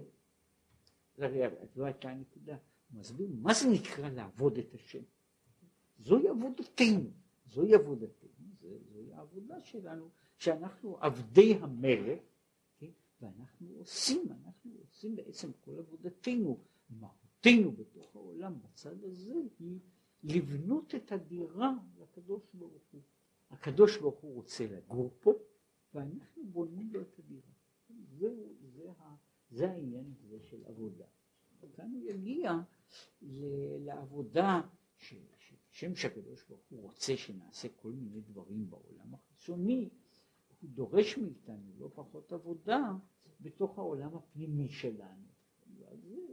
Speaker 1: זו הייתה הנקודה. הוא מסביר, מה זה נקרא לעבוד את השם? זוהי עבודתנו, זוהי עבודתנו, זוהי העבודה שלנו, שאנחנו עבדי המלך, כן? ואנחנו עושים, אנחנו עושים בעצם כל עבודתנו, מהותנו בתוך העולם, בצד הזה, היא לבנות את הדירה לקדוש ברוך הוא. הקדוש ברוך הוא רוצה לגור פה, ואנחנו בונים לו את הדירה. זה, זה, זה העניין הזה של עבודה. וכאן הוא יגיע לעבודה ששם שהקדוש ברוך הוא רוצה שנעשה כל מיני דברים בעולם החיצוני, הוא דורש מאיתנו לא פחות עבודה בתוך העולם הפנימי שלנו. ועל זה